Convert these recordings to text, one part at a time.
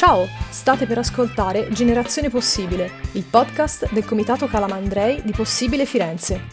Ciao, state per ascoltare Generazione Possibile, il podcast del Comitato Calamandrei di Possibile Firenze.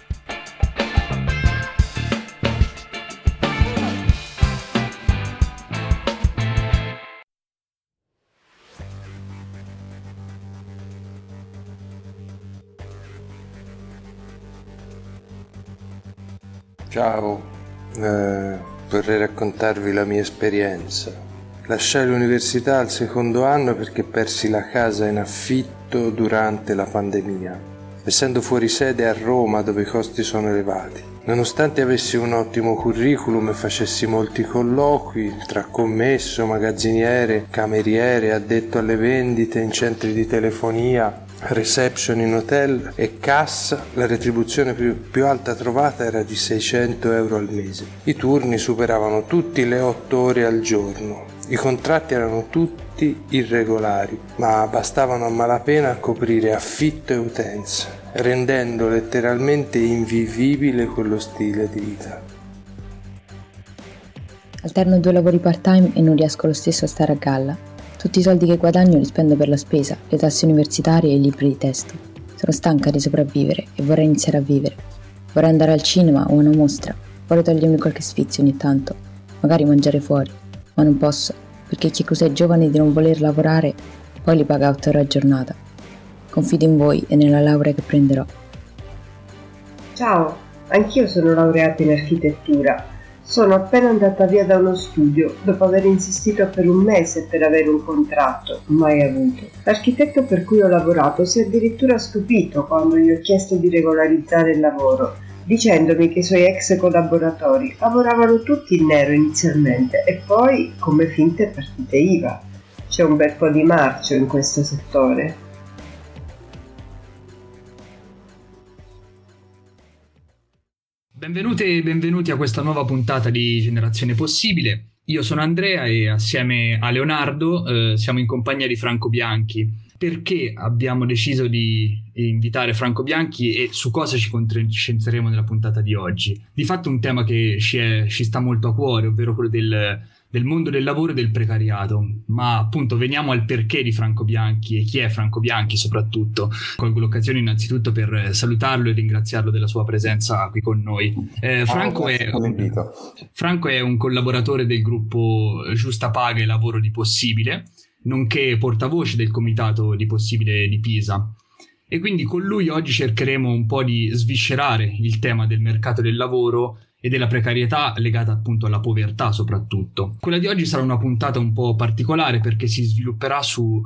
Ciao, vorrei raccontarvi la mia esperienza. Lasciai l'università al secondo anno perché persi la casa in affitto durante la pandemia, essendo fuori sede a Roma dove i costi sono elevati. Nonostante avessi un ottimo curriculum e facessi molti colloqui tra commesso, magazziniere, cameriere, addetto alle vendite in centri di telefonia, reception in hotel e cassa, la retribuzione più alta trovata era di 600 euro al mese. I turni superavano tutti le 8 ore al giorno. I contratti erano tutti irregolari, ma bastavano a malapena a coprire affitto e utenze, rendendo letteralmente invivibile quello stile di vita. Alterno 2 lavori part-time e non riesco lo stesso a stare a galla. Tutti i soldi che guadagno li spendo per la spesa, le tasse universitarie e i libri di testo. Sono stanca di sopravvivere e vorrei iniziare a vivere. Vorrei andare al cinema o a una mostra. Vorrei togliermi qualche sfizio ogni tanto, magari mangiare fuori. Ma non posso, perché chi accusa i giovani di non voler lavorare poi li paga 8 ore a giornata. Confido in voi e nella laurea che prenderò. Ciao, anch'io sono laureata in architettura. Sono appena andata via da uno studio dopo aver insistito per un mese per avere un contratto, mai avuto. L'architetto per cui ho lavorato si è addirittura stupito quando gli ho chiesto di regolarizzare il lavoro, dicendomi che i suoi ex collaboratori lavoravano tutti in nero inizialmente e poi come finte partite IVA. C'è un bel po' di marcio in questo settore. Benvenute e benvenuti a questa nuova puntata di Generazione Possibile. Io sono Andrea e assieme a Leonardo siamo in compagnia di Franco Bianchi. Perché abbiamo deciso di invitare Franco Bianchi e su cosa ci concentreremo nella puntata di oggi? Di fatto un tema che ci sta molto a cuore, ovvero quello del mondo del lavoro e del precariato. Ma appunto veniamo al perché di Franco Bianchi e chi è Franco Bianchi soprattutto. Colgo l'occasione innanzitutto per salutarlo e ringraziarlo della sua presenza qui con noi. Franco è un collaboratore del gruppo Giusta Paga e Lavoro di Possibile, nonché portavoce del comitato di Possibile di Pisa. E quindi con lui oggi cercheremo un po' di sviscerare il tema del mercato del lavoro e della precarietà legata appunto alla povertà soprattutto. Quella di oggi sarà una puntata un po' particolare perché si svilupperà su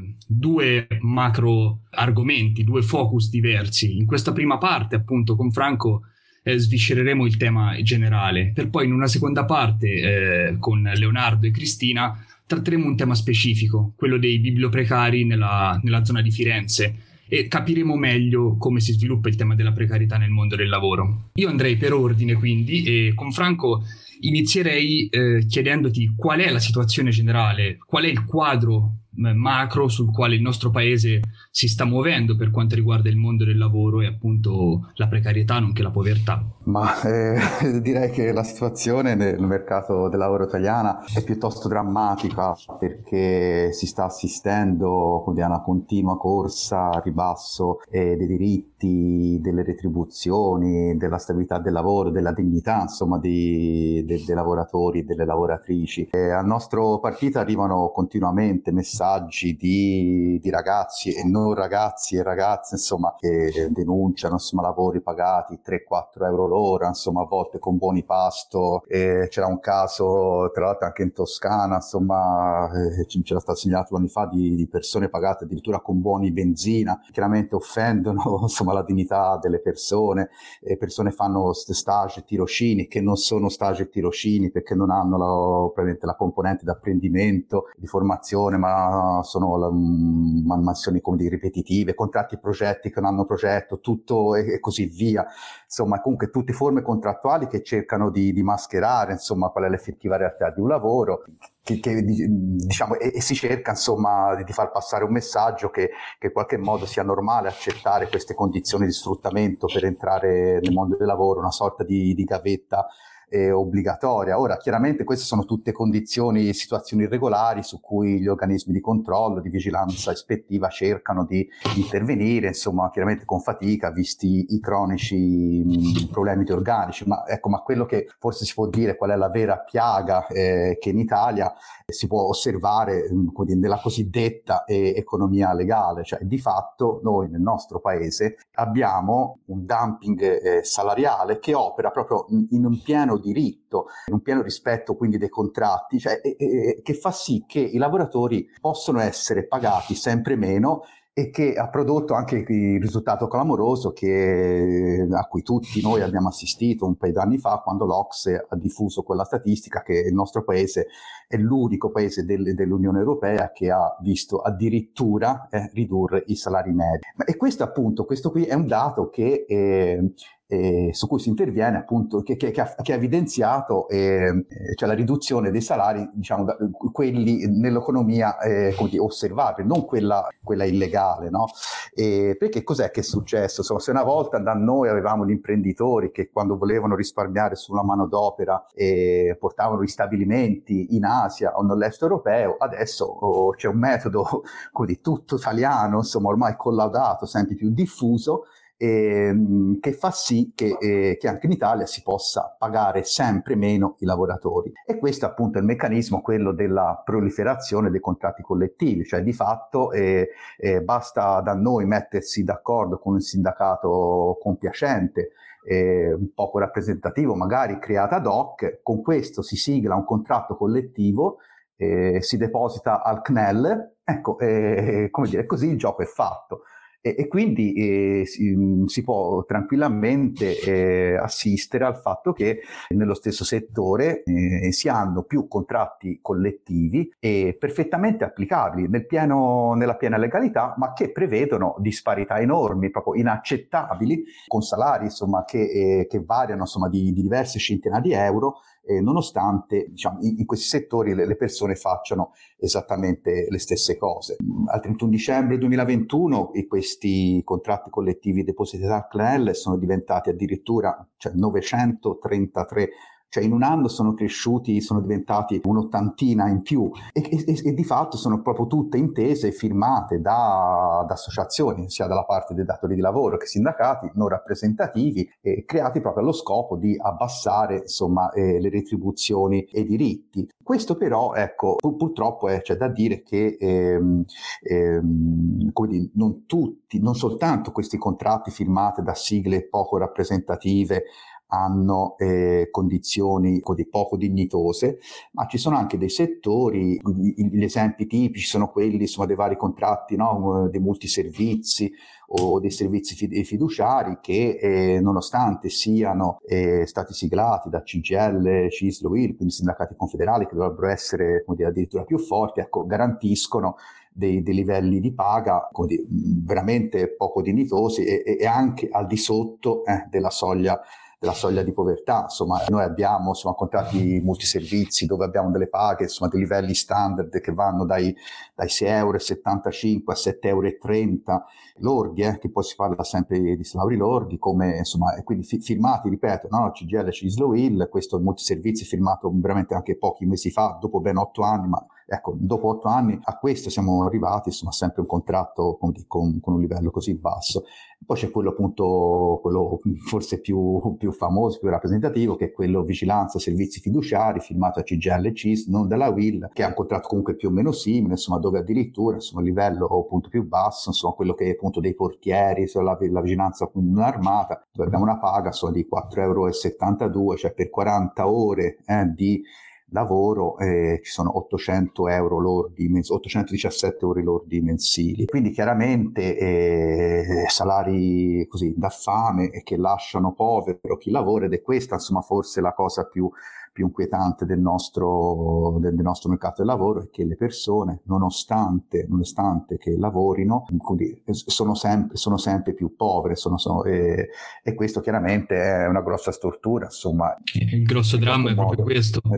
due macro argomenti, due focus diversi. In questa prima parte appunto con Franco sviscereremo il tema generale, per poi in una seconda parte con Leonardo e Cristina tratteremo un tema specifico, quello dei biblioprecari nella zona di Firenze, e capiremo meglio come si sviluppa il tema della precarietà nel mondo del lavoro. Io andrei per ordine quindi e con Franco inizierei chiedendoti qual è la situazione generale, qual è il quadro macro sul quale il nostro paese si sta muovendo per quanto riguarda il mondo del lavoro e appunto la precarietà nonché la povertà. Ma direi che la situazione nel mercato del lavoro italiana è piuttosto drammatica perché si sta assistendo a una continua corsa a ribasso dei diritti, delle retribuzioni, della stabilità del lavoro, della dignità insomma dei lavoratori e delle lavoratrici. Al nostro partito arrivano continuamente messaggi di ragazzi e non ragazzi e ragazze insomma che denunciano insomma lavori pagati 3-4 euro l'ora, insomma a volte con buoni pasto. C'era un caso tra l'altro anche in Toscana insomma c'era stato segnalato anni fa di persone pagate addirittura con buoni benzina, chiaramente offendono insomma la dignità delle persone. Persone fanno stage e tirocini che non sono stage e tirocini perché non hanno probabilmente la componente d'apprendimento, di formazione, ma sono mansioni come dire ripetitive, contratti e progetti che non hanno progetto, tutto e così via. Insomma, comunque tutte forme contrattuali che cercano di mascherare insomma qual è l'effettiva realtà di un lavoro che diciamo e si cerca insomma di far passare un messaggio che in qualche modo sia normale accettare queste condizioni di sfruttamento per entrare nel mondo del lavoro, una sorta di gavetta obbligatoria. Ora, chiaramente queste sono tutte condizioni, situazioni irregolari su cui gli organismi di controllo, di vigilanza ispettiva cercano di intervenire, insomma, chiaramente con fatica, visti i cronici problemi di organici. Ma ecco, ma quello che forse si può dire, qual è la vera piaga che in Italia si può osservare nella cosiddetta economia legale, cioè di fatto noi nel nostro paese abbiamo un dumping salariale che opera proprio in un pieno diritto, in un pieno rispetto quindi dei contratti, cioè, che fa sì che i lavoratori possono essere pagati sempre meno, e che ha prodotto anche il risultato clamoroso a cui tutti noi abbiamo assistito un paio d'anni fa, quando l'Ocse ha diffuso quella statistica che il nostro paese è l'unico paese dell'Unione Europea che ha visto addirittura ridurre i salari medi. E questo appunto, questo qui è un dato che su cui si interviene, appunto, che ha evidenziato cioè la riduzione dei salari, diciamo, quelli nell'economia osservabile, non quella illegale, no? Perché cos'è che è successo? Insomma, se una volta da noi avevamo gli imprenditori che quando volevano risparmiare sulla manodopera portavano gli stabilimenti in Asia o nell'est europeo, adesso c'è un metodo tutto italiano, insomma, ormai collaudato, sempre più diffuso, che fa sì che anche in Italia si possa pagare sempre meno i lavoratori. E questo appunto è il meccanismo, quello della proliferazione dei contratti collettivi, cioè di fatto basta da noi mettersi d'accordo con un sindacato compiacente, poco rappresentativo, magari creato ad hoc, con questo si sigla un contratto collettivo, si deposita al CNEL, ecco, come dire, così il gioco è fatto. E quindi si può tranquillamente assistere al fatto che nello stesso settore si hanno più contratti collettivi perfettamente applicabili nella piena legalità, ma che prevedono disparità enormi, proprio inaccettabili, con salari insomma che variano insomma di diverse centinaia di euro, nonostante diciamo in questi settori le persone facciano esattamente le stesse cose. Al 31 dicembre 2021 questi contratti collettivi depositati al CNEL sono diventati addirittura 933, cioè in un anno sono diventati un'ottantina in più e di fatto sono proprio tutte intese firmate da associazioni, sia dalla parte dei datori di lavoro che sindacati non rappresentativi, creati proprio allo scopo di abbassare insomma le retribuzioni e i diritti. Questo però, ecco, purtroppo c'è da dire che non soltanto questi contratti firmati da sigle poco rappresentative hanno condizioni poco dignitose, ma ci sono anche dei settori, gli esempi tipici sono quelli insomma dei vari contratti, no? Dei multiservizi o dei servizi fiduciari che nonostante siano stati siglati da CGIL, CISL, UIL, quindi sindacati confederali che dovrebbero essere addirittura più forti, ecco, garantiscono dei livelli di paga veramente poco dignitosi e anche al di sotto della soglia di povertà. Insomma, noi abbiamo contratti multiservizi dove abbiamo delle paghe, dei livelli standard che vanno dai 6,75 € a 7,30 € lordi, che poi si parla sempre di salari lordi, come quindi firmati, ripeto, no? CGIL, CISL, UIL, questo multiservizi firmato veramente anche pochi mesi fa, dopo ben 8 anni, ma ecco, dopo 8 anni a questo siamo arrivati, sempre un contratto con un livello così basso. Poi c'è quello forse più famoso, più rappresentativo, che è quello vigilanza servizi fiduciari, firmato a CGIL e CIS, non dalla UIL, che ha un contratto comunque più o meno simile, dove addirittura a livello più basso, quello che è appunto dei portieri, la vigilanza armata, dove abbiamo una paga di 4,72 €, cioè per 40 ore di lavoro ci sono 800 euro lordi, 817 ore lordi mensili. Quindi chiaramente salari così da fame e che lasciano povero chi lavora, ed è questa forse la cosa più inquietante del nostro mercato del lavoro, è che le persone, nonostante che lavorino, sono sempre più povere, e questo chiaramente è una grossa stortura. Il grosso dramma è proprio questo, esatto.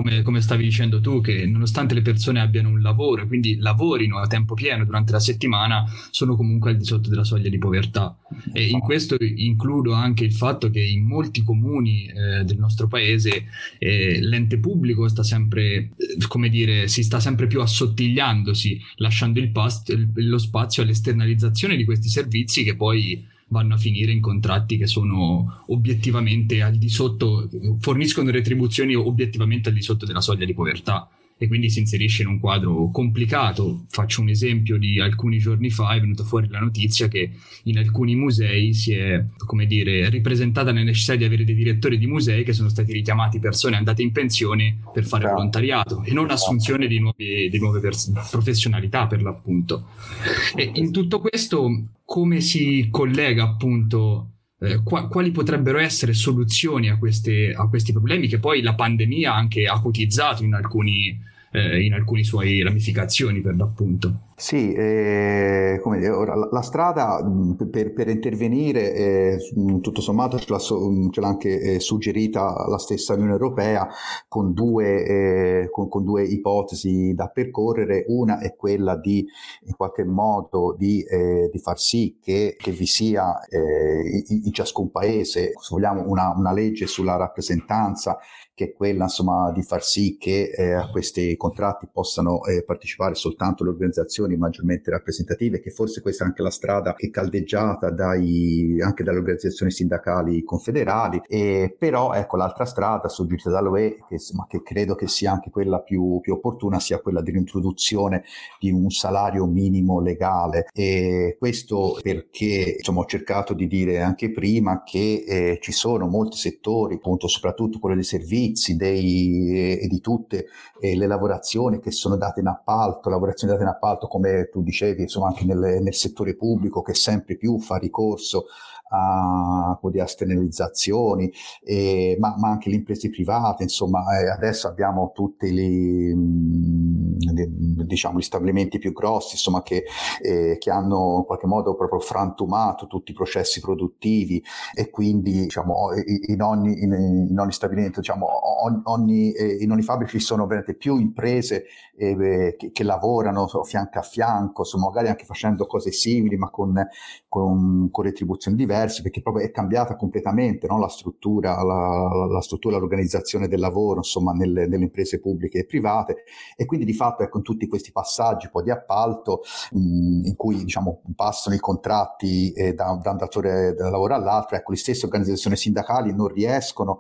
come stavi dicendo tu, che nonostante le persone abbiano un lavoro e quindi lavorino a tempo pieno durante la settimana, sono comunque al di sotto della soglia di povertà. E in questo includo anche il fatto che in molti comuni del nostro paese l'ente pubblico sta sempre, come dire, si sta sempre più assottigliandosi, lasciando lo spazio all'esternalizzazione di questi servizi che poi vanno a finire in contratti che sono obiettivamente al di sotto, forniscono retribuzioni obiettivamente al di sotto della soglia di povertà, e quindi si inserisce in un quadro complicato. Faccio un esempio di alcuni giorni fa: è venuta fuori la notizia che in alcuni musei si è, come dire, ripresentata la necessità di avere dei direttori di musei che sono stati richiamati persone andate in pensione per fare volontariato e non assunzione di nuove professionalità, per l'appunto. E in tutto questo come si collega appunto quali potrebbero essere soluzioni a questi problemi che poi la pandemia anche ha acutizzato in alcuni suoi ramificazioni, per l'appunto? Sì, come dire, ora, la strada per intervenire, tutto sommato ce l'ha anche suggerita la stessa Unione Europea con due ipotesi da percorrere. Una è quella di, in qualche modo, di far sì che vi sia in ciascun paese, se vogliamo, una legge sulla rappresentanza, che è quella, insomma, di far sì che a questi contratti possano partecipare soltanto le organizzazioni maggiormente rappresentative, che forse questa è anche la strada che è caldeggiata anche dalle organizzazioni sindacali confederali. Però ecco, l'altra strada suggerita dall'UE, che credo che sia anche quella più opportuna, sia quella dell'introduzione di un salario minimo legale. E questo perché, insomma, ho cercato di dire anche prima che ci sono molti settori, appunto soprattutto quello dei servizi e di tutte le lavorazioni che sono date in appalto, come tu dicevi, insomma, anche nel settore pubblico, che sempre più fa ricorso a esternalizzazioni, ma anche le imprese private. Insomma, adesso abbiamo tutti gli stabilimenti più grossi, insomma, che hanno in qualche modo proprio frantumato tutti i processi produttivi, e quindi, diciamo, in ogni stabilimento, diciamo, in ogni fabbrica ci sono veramente più imprese che lavorano fianco a fianco, insomma, magari anche facendo cose simili, ma con retribuzioni diverse, perché proprio è cambiata completamente, no? La struttura, l'organizzazione del lavoro, insomma, nelle imprese pubbliche e private. E quindi di fatto, ecco, in tutti questi passaggi poi di appalto, in cui, diciamo, passano i contratti da un datore del lavoro all'altro, ecco, le stesse organizzazioni sindacali non riescono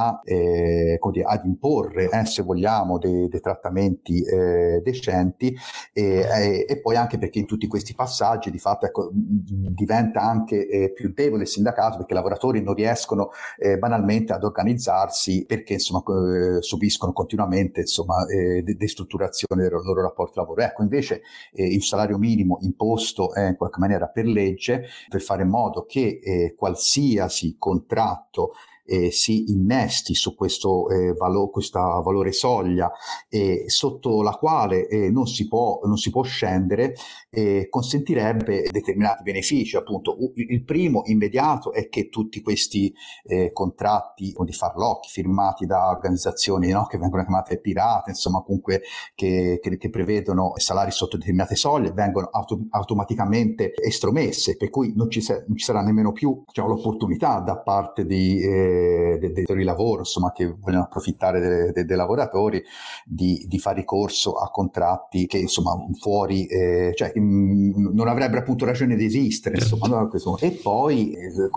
ad imporre, se vogliamo, dei trattamenti decenti, e poi anche perché in tutti questi passaggi di fatto, ecco, diventa anche più debole il sindacato, perché i lavoratori non riescono banalmente ad organizzarsi, perché, insomma, subiscono continuamente, insomma, destrutturazione del loro rapporto di lavoro. Ecco, invece il salario minimo imposto in qualche maniera per legge, per fare in modo che qualsiasi contratto si innesti su questo valore soglia, sotto la quale non si può scendere, consentirebbe determinati benefici. Appunto, il primo immediato è che tutti questi contratti di farlocchi firmati da organizzazioni, no, che vengono chiamate pirate, insomma, comunque che prevedono salari sotto determinate soglie, vengono automaticamente estromesse, per cui non ci sarà nemmeno più, diciamo, l'opportunità da parte dei lavoro, insomma, che vogliono approfittare dei lavoratori, di fare ricorso a contratti che, insomma, fuori, cioè non avrebbero appunto ragione di esistere, insomma, no? E poi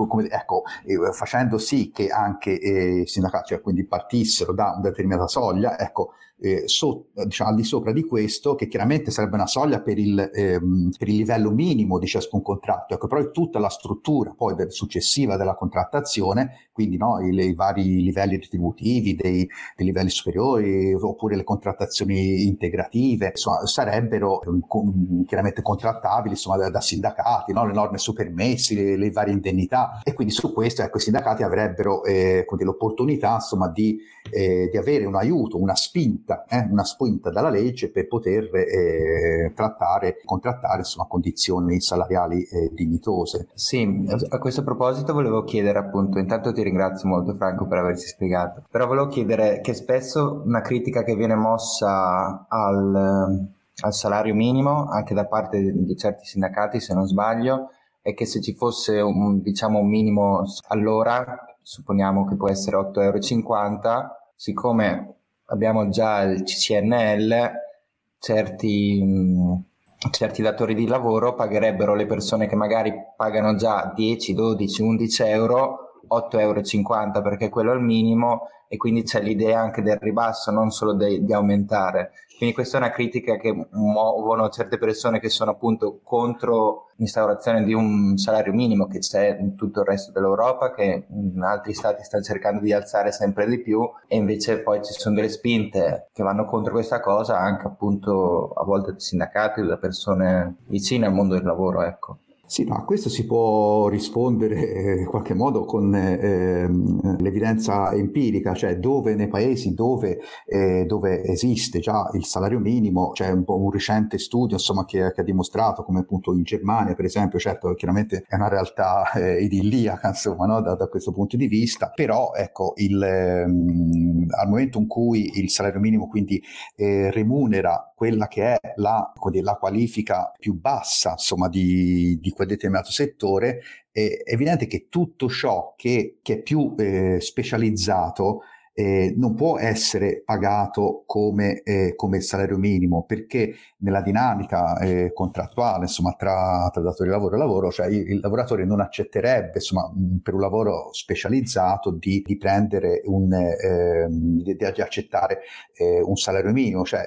facendo sì che anche i sindacati, cioè, quindi partissero da una determinata soglia, ecco, diciamo, al di sopra di questo, che chiaramente sarebbe una soglia per il livello minimo di ciascun contratto, ecco, però è tutta la struttura poi successiva della contrattazione, quindi, no, i vari livelli retributivi dei livelli superiori, oppure le contrattazioni integrative, insomma, sarebbero chiaramente contrattabili, insomma, da sindacati, no? Le norme su permessi, le varie indennità, e quindi su questo, ecco, i sindacati avrebbero l'opportunità, insomma, di avere un aiuto, una spinta dalla legge per poter contrattare, insomma, condizioni salariali dignitose. Sì, a questo proposito volevo chiedere, appunto, intanto ti ringrazio ringrazio molto Franco per averci spiegato. Però volevo chiedere che spesso una critica che viene mossa al salario minimo, anche da parte di certi sindacati, se non sbaglio, è che se ci fosse un minimo all'ora, supponiamo che può essere 8,50 €, siccome abbiamo già il CCNL, certi datori di lavoro pagherebbero le persone che magari pagano già 10, 12, 11 euro, 8,50 € perché quello è il minimo, e quindi c'è l'idea anche del ribasso, non solo di aumentare. Quindi questa è una critica che muovono certe persone che sono appunto contro l'instaurazione di un salario minimo che c'è in tutto il resto dell'Europa, che in altri stati sta cercando di alzare sempre di più, e invece poi ci sono delle spinte che vanno contro questa cosa, anche appunto a volte da sindacati o da persone vicine al mondo del lavoro, ecco. Sì, no, a questo si può rispondere in qualche modo con l'evidenza empirica, cioè dove nei paesi dove esiste già il salario minimo. C'è un recente studio, insomma, che ha dimostrato come appunto in Germania, per esempio, certo chiaramente è una realtà idilliaca, insomma, no? Da questo punto di vista, però ecco, al momento in cui il salario minimo quindi remunera quella che è la qualifica più bassa, insomma, di quel determinato settore, è evidente che tutto ciò che è più specializzato non può essere pagato come salario minimo, perché nella dinamica contrattuale, insomma, tra datore di lavoro e lavoro, cioè il lavoratore non accetterebbe, insomma, per un lavoro specializzato di prendere di accettare un salario minimo, cioè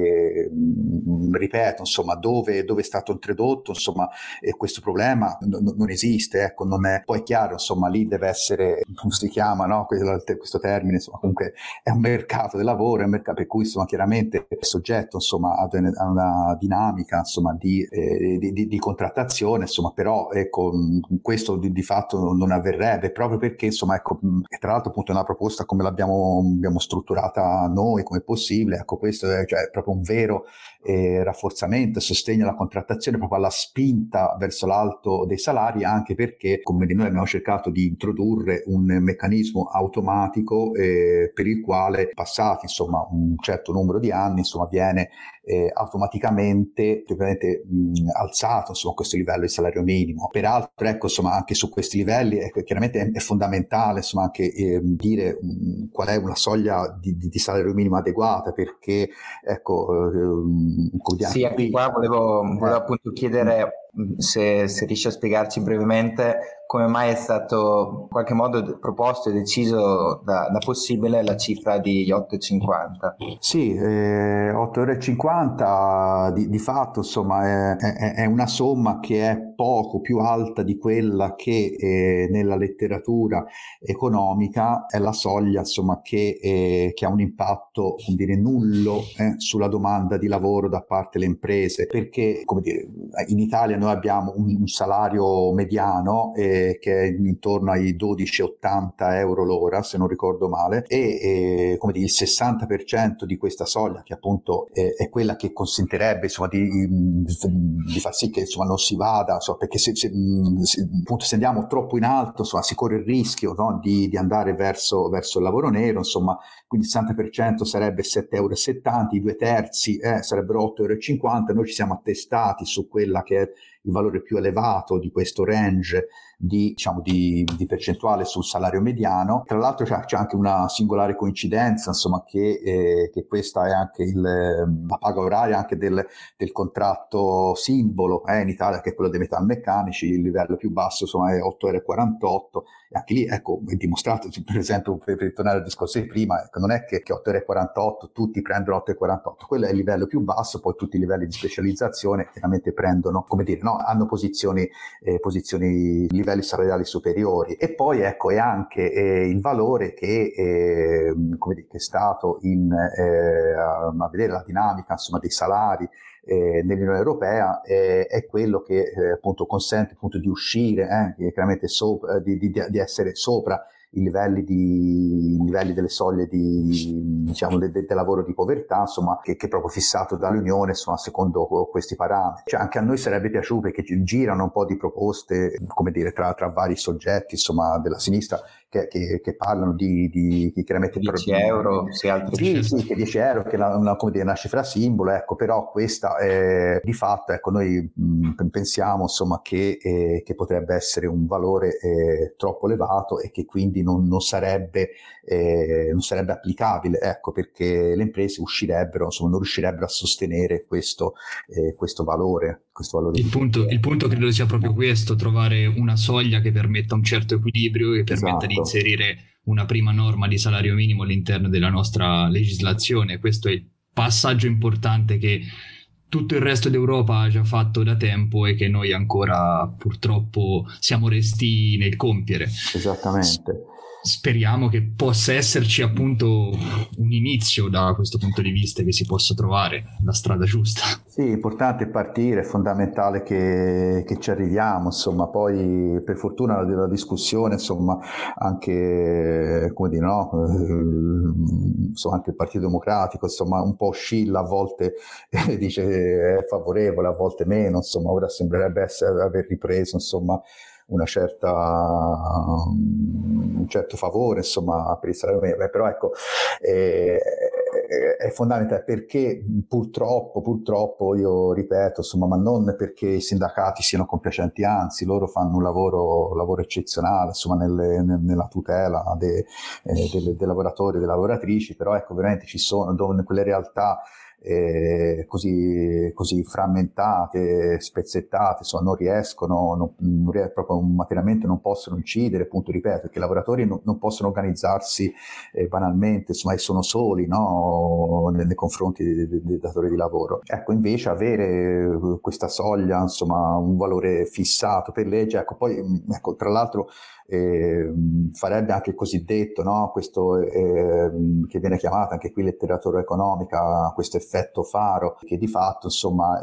ripeto, insomma, dove è stato introdotto, insomma, questo problema non esiste, ecco, non è. Poi è chiaro, insomma, lì deve essere, come si chiama, no? Questo termine, insomma, comunque è un mercato del lavoro, è un mercato per cui, insomma, chiaramente è soggetto, insomma, a una dinamica, insomma, di contrattazione, insomma, però ecco, questo di fatto non avverrebbe, proprio perché, insomma, ecco, e tra l'altro appunto è una proposta come abbiamo strutturata noi, come è possibile, ecco, questo è, cioè, proprio un vero rafforzamento e sostegno alla contrattazione, proprio alla spinta verso l'alto dei salari, anche perché, come noi abbiamo cercato di introdurre un meccanismo automatico per il quale, passati, insomma, un certo numero di anni, insomma, viene automaticamente alzato, insomma, questo livello di salario minimo. Peraltro, ecco, insomma, anche su questi livelli, ecco, chiaramente è fondamentale, insomma, anche dire qual è una soglia di salario minimo adeguata, perché, ecco, sì, anche qua volevo appunto chiedere se riesci a spiegarci brevemente come mai è stato in qualche modo proposto e deciso da Possibile la cifra di 8,50. Sì, 8,50 € di fatto, insomma, è una somma che è poco più alta di quella che nella letteratura economica è la soglia, insomma, che ha un impatto, come dire, nullo sulla domanda di lavoro da parte delle imprese, perché, come dire, in Italia noi abbiamo un salario mediano che è intorno ai 12,80 € l'ora, se non ricordo male, e come dire, il 60% di questa soglia, che appunto è quella che consentirebbe, insomma, di far sì che, insomma, non si vada, insomma, perché se andiamo troppo in alto, insomma, si corre il rischio, no, di andare verso il lavoro nero, insomma, quindi il 60% sarebbe 7,70 €, i 2/3 sarebbero 8,50 €. Noi ci siamo attestati su quella che è il valore più elevato di questo range di percentuale sul salario mediano. Tra l'altro c'è anche una singolare coincidenza, insomma, che questa è anche la paga oraria anche del contratto simbolo in Italia, che è quello dei metalmeccanici. Il livello più basso, insomma, è 8,48 €, e anche lì, ecco, è dimostrato, per esempio, per tornare al discorso di prima, ecco, non è che 8,48 € tutti prendono 8,48 €, quello è il livello più basso. Poi tutti i livelli di specializzazione chiaramente prendono, come dire, no, hanno livelli salariali superiori. E poi, ecco, è anche il valore che è stato a vedere la dinamica, insomma, dei salari nell'Unione Europea, è quello che appunto consente, appunto, di uscire chiaramente di essere sopra i livelli delle soglie del lavoro di povertà, insomma, che è proprio fissato dall'Unione, insomma, secondo questi parametri. Cioè, anche a noi sarebbe piaciuto, perché girano un po' di proposte, come dire, tra vari soggetti, insomma, della sinistra, che che parlano di chiaramente 10 euro, sì, che 10 euro, che è una cifra simbolo, ecco, però questa di fatto, ecco, noi pensiamo insomma che potrebbe essere un valore troppo elevato e che quindi non sarebbe applicabile, ecco, perché le imprese uscirebbero, insomma, non riuscirebbero a sostenere questo valore. Il punto credo sia proprio questo: trovare una soglia che permetta un certo equilibrio, che permetta di inserire una prima norma di salario minimo all'interno della nostra legislazione. Questo è il passaggio importante che tutto il resto d'Europa ha già fatto da tempo e che noi ancora purtroppo siamo resti nel compiere. Esattamente. Speriamo che possa esserci appunto un inizio da questo punto di vista, che si possa trovare la strada giusta. Sì, è importante partire, è fondamentale che ci arriviamo, insomma, poi per fortuna la discussione, insomma, anche, come dire, no, insomma, anche il Partito Democratico, insomma, un po' oscilla, a volte dice è favorevole, a volte meno, insomma, ora sembrerebbe aver ripreso, insomma, un certo favore, insomma, per il salario minimo, però ecco, è fondamentale, perché purtroppo io ripeto, insomma, ma non perché i sindacati siano compiacenti, anzi loro fanno un lavoro eccezionale, insomma, nella tutela dei lavoratori e delle lavoratrici, però ecco, veramente ci sono dove quelle realtà così frammentate, spezzettate, insomma, non riescono proprio materialmente, non possono incidere, appunto, ripeto, perché i lavoratori non possono organizzarsi banalmente, insomma, e sono soli, no, nei confronti dei datori di lavoro. Ecco, invece avere questa soglia, insomma, un valore fissato per legge, ecco, poi, ecco, tra l'altro farebbe anche il cosiddetto, no, questo che viene chiamato anche qui letteratura economica, questo effetto faro, che di fatto, insomma,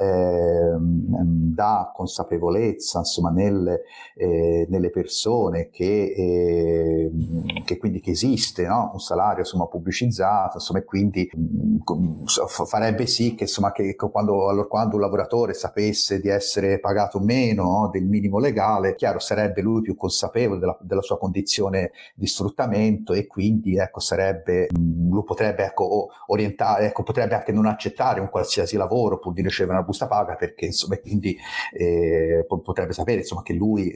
dà consapevolezza, insomma, nelle persone che quindi che esiste, no, un salario, insomma, pubblicizzato, insomma, e quindi farebbe sì che, insomma, che quando un lavoratore sapesse di essere pagato meno, no, del minimo legale, chiaro, sarebbe lui più consapevole della sua condizione di sfruttamento, e quindi, ecco, lo potrebbe, ecco, orientare, ecco, potrebbe anche non accettare un qualsiasi lavoro pur di ricevere una busta paga, perché, insomma, quindi potrebbe sapere, insomma, che lui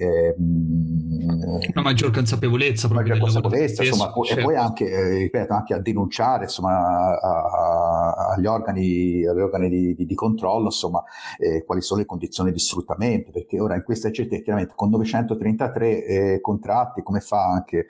una maggior consapevolezza proprio del lavoro stesso, insomma, certo. E poi anche, ripeto, anche a denunciare, insomma, agli organi di controllo, insomma, quali sono le condizioni di sfruttamento, perché ora in questa certezza, chiaramente, con 933 contratti, come fa anche,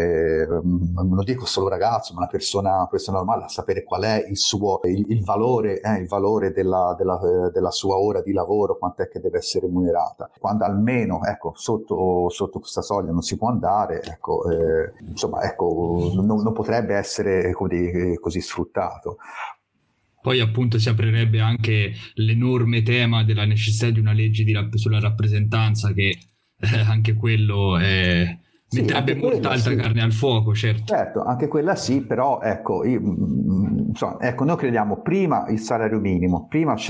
non lo dico solo ragazzo, ma una persona normale, a sapere qual è il valore della sua ora di lavoro, quant'è che deve essere remunerata, quando almeno, ecco, sotto questa soglia non si può andare, ecco, insomma, ecco, non potrebbe essere così sfruttato. Poi appunto si aprirebbe anche l'enorme tema della necessità di una legge sulla rappresentanza, che anche quello metterebbe molta altra carne al fuoco, certo. Certo, anche quella sì, però ecco, ecco, noi crediamo prima il salario minimo,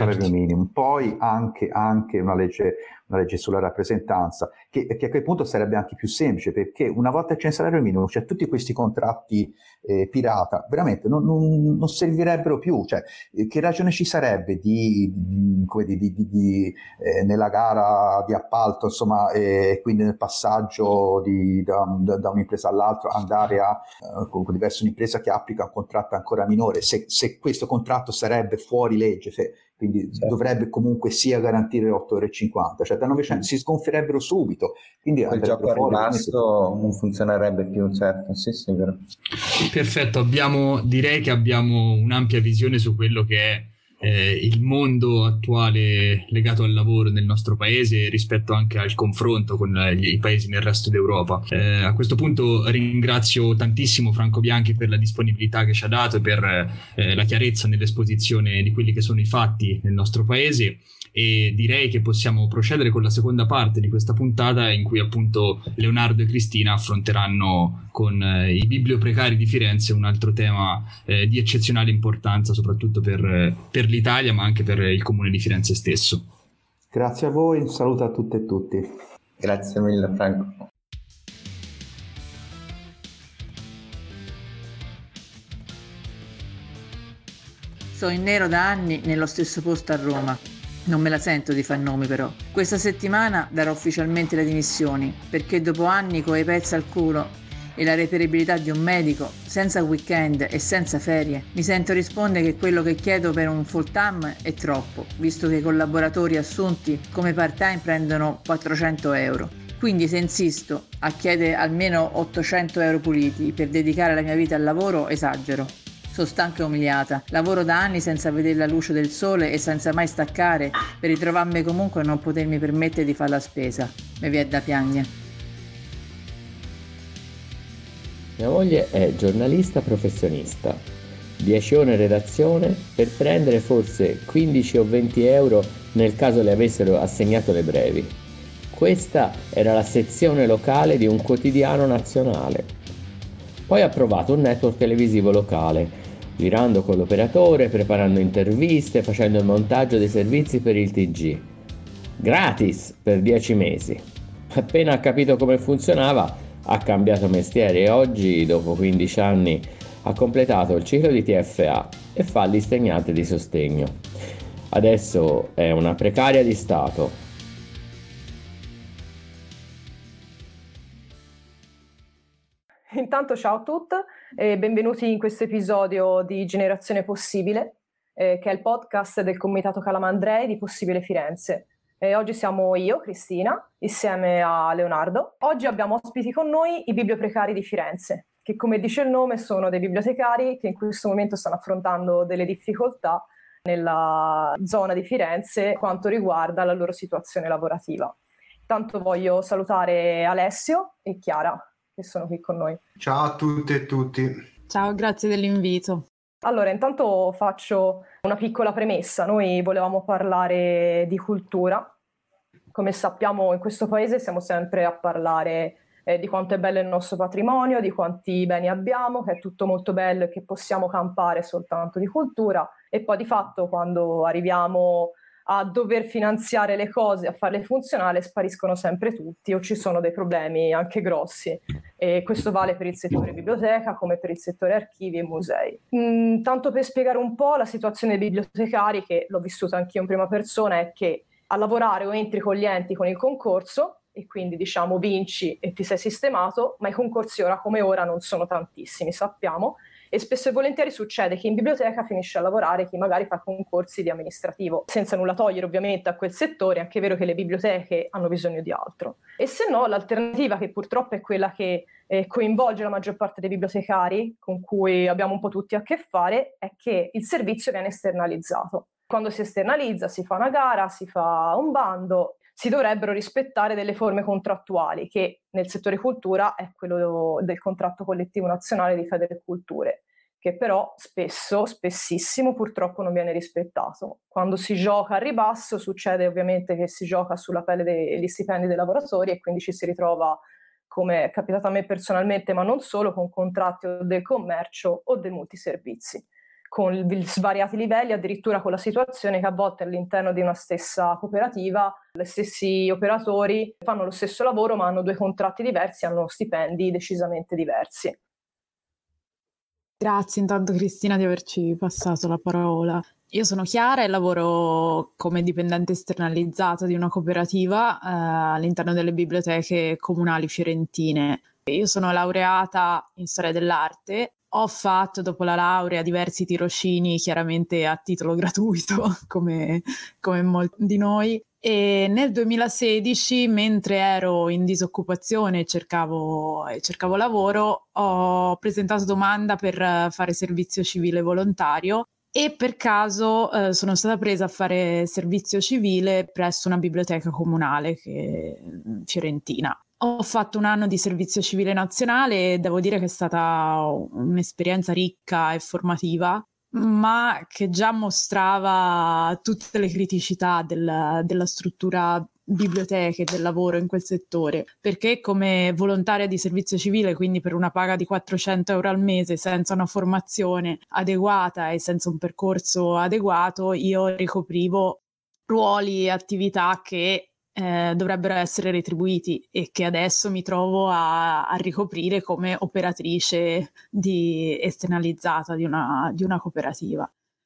poi anche una legge sulla rappresentanza, che a quel punto sarebbe anche più semplice, perché una volta che c'è il salario minimo, cioè tutti questi contratti pirata veramente non servirebbero più, cioè che ragione ci sarebbe nella gara di appalto, insomma, quindi nel passaggio da un'impresa all'altra, andare verso un'impresa che applica un contratto ancora minore, se questo contratto sarebbe fuori legge, quindi dovrebbe comunque sia garantire 8,50 ore, cioè da 900 si sgonfierebbero subito, quindi quel gioco a ribasso non funzionerebbe più, certo, sì, è vero. Perfetto, direi che abbiamo un'ampia visione su quello che è il mondo attuale legato al lavoro nel nostro paese, rispetto anche al confronto con i paesi nel resto d'Europa. A questo punto ringrazio tantissimo Franco Bianchi per la disponibilità che ci ha dato e per la chiarezza nell'esposizione di quelli che sono i fatti nel nostro paese, e direi che possiamo procedere con la seconda parte di questa puntata, in cui appunto Leonardo e Cristina affronteranno con i biblioprecari di Firenze un altro tema di eccezionale importanza, soprattutto per l'Italia, ma anche per il comune di Firenze stesso. Grazie a voi, un saluto a tutte e tutti. Grazie mille, Franco. Sto in nero da anni nello stesso posto a Roma. Non me la sento di far nomi però. Questa settimana darò ufficialmente le dimissioni, perché dopo anni con i pezzi al culo e la reperibilità di un medico, senza weekend e senza ferie, mi sento rispondere che quello che chiedo per un full time è troppo, visto che i collaboratori assunti come part time prendono 400 euro. Quindi se insisto a chiedere almeno 800 euro puliti per dedicare la mia vita al lavoro, esagero. Sono stanca e umiliata, lavoro da anni senza vedere la luce del sole e senza mai staccare per ritrovarmi comunque a non potermi permettere di fare la spesa. Mi viene da piangere. Mia moglie è giornalista professionista, 10 ore in redazione per prendere forse 15 o 20 euro nel caso le avessero assegnato le brevi. Questa era la sezione locale di un quotidiano nazionale. Poi ha provato un network televisivo locale, girando con l'operatore, preparando interviste, facendo il montaggio dei servizi per il TG. Gratis per 10 mesi. Appena ha capito come funzionava, ha cambiato mestiere e oggi, dopo 15 anni, ha completato il ciclo di TFA e fa l'insegnante di sostegno. Adesso è una precaria di Stato. Intanto ciao a tutti e benvenuti in questo episodio di Generazione Possibile, che è il podcast del Comitato Calamandrei di Possibile Firenze. Oggi siamo io, Cristina, insieme a Leonardo. Oggi abbiamo ospiti con noi i biblioprecari di Firenze, che come dice il nome sono dei bibliotecari che in questo momento stanno affrontando delle difficoltà nella zona di Firenze quanto riguarda la loro situazione lavorativa. Intanto voglio salutare Alessio e Chiara, che sono qui con noi. Ciao a tutte e tutti. Ciao, grazie dell'invito. Allora, intanto faccio una piccola premessa. Noi volevamo parlare di cultura. Come sappiamo, in questo paese siamo sempre a parlare di quanto è bello il nostro patrimonio, di quanti beni abbiamo, che è tutto molto bello e che possiamo campare soltanto di cultura. E poi di fatto, quando arriviamo a dover finanziare le cose, a farle funzionare, spariscono sempre tutti o ci sono dei problemi anche grossi. E questo vale per il settore biblioteca come per il settore archivi e musei. Tanto per spiegare un po' la situazione dei bibliotecari, che l'ho vissuta anch'io in prima persona, è che a lavorare o entri con gli enti con il concorso e quindi diciamo vinci e ti sei sistemato, ma i concorsi ora come ora non sono tantissimi, sappiamo. E spesso e volentieri succede che in biblioteca finisce a lavorare chi magari fa concorsi di amministrativo, senza nulla togliere ovviamente a quel settore, è anche vero che le biblioteche hanno bisogno di altro. E se no, l'alternativa, che purtroppo è quella che coinvolge la maggior parte dei bibliotecari, con cui abbiamo un po' tutti a che fare, è che il servizio viene esternalizzato. Quando si esternalizza si fa una gara, si fa un bando, si dovrebbero rispettare delle forme contrattuali, che nel settore cultura è quello del contratto collettivo nazionale di Federculture, che però spessissimo purtroppo non viene rispettato. Quando si gioca a ribasso succede ovviamente che si gioca sulla pelle degli stipendi dei lavoratori e quindi ci si ritrova, come è capitato a me personalmente, ma non solo, con contratti o del commercio o dei multiservizi, con svariati livelli, addirittura con la situazione che a volte all'interno di una stessa cooperativa gli stessi operatori fanno lo stesso lavoro ma hanno due contratti diversi, hanno stipendi decisamente diversi. Grazie intanto Cristina di averci passato la parola. Io sono Chiara e lavoro come dipendente esternalizzato di una cooperativa all'interno delle biblioteche comunali fiorentine. Io sono laureata in storia dell'arte. Ho fatto dopo la laurea diversi tirocini, chiaramente a titolo gratuito, come molti di noi. E nel 2016, mentre ero in disoccupazione e cercavo lavoro, ho presentato domanda per fare servizio civile volontario e per caso sono stata presa a fare servizio civile presso una biblioteca comunale fiorentina. Ho fatto un anno di servizio civile nazionale e devo dire che è stata un'esperienza ricca e formativa, ma che già mostrava tutte le criticità della struttura biblioteche, del lavoro in quel settore, perché come volontaria di servizio civile, quindi per una paga di 400 euro al mese, senza una formazione adeguata e senza un percorso adeguato, io ricoprivo ruoli e attività che dovrebbero essere retribuiti e che adesso mi trovo a ricoprire come operatrice esternalizzata di una cooperativa.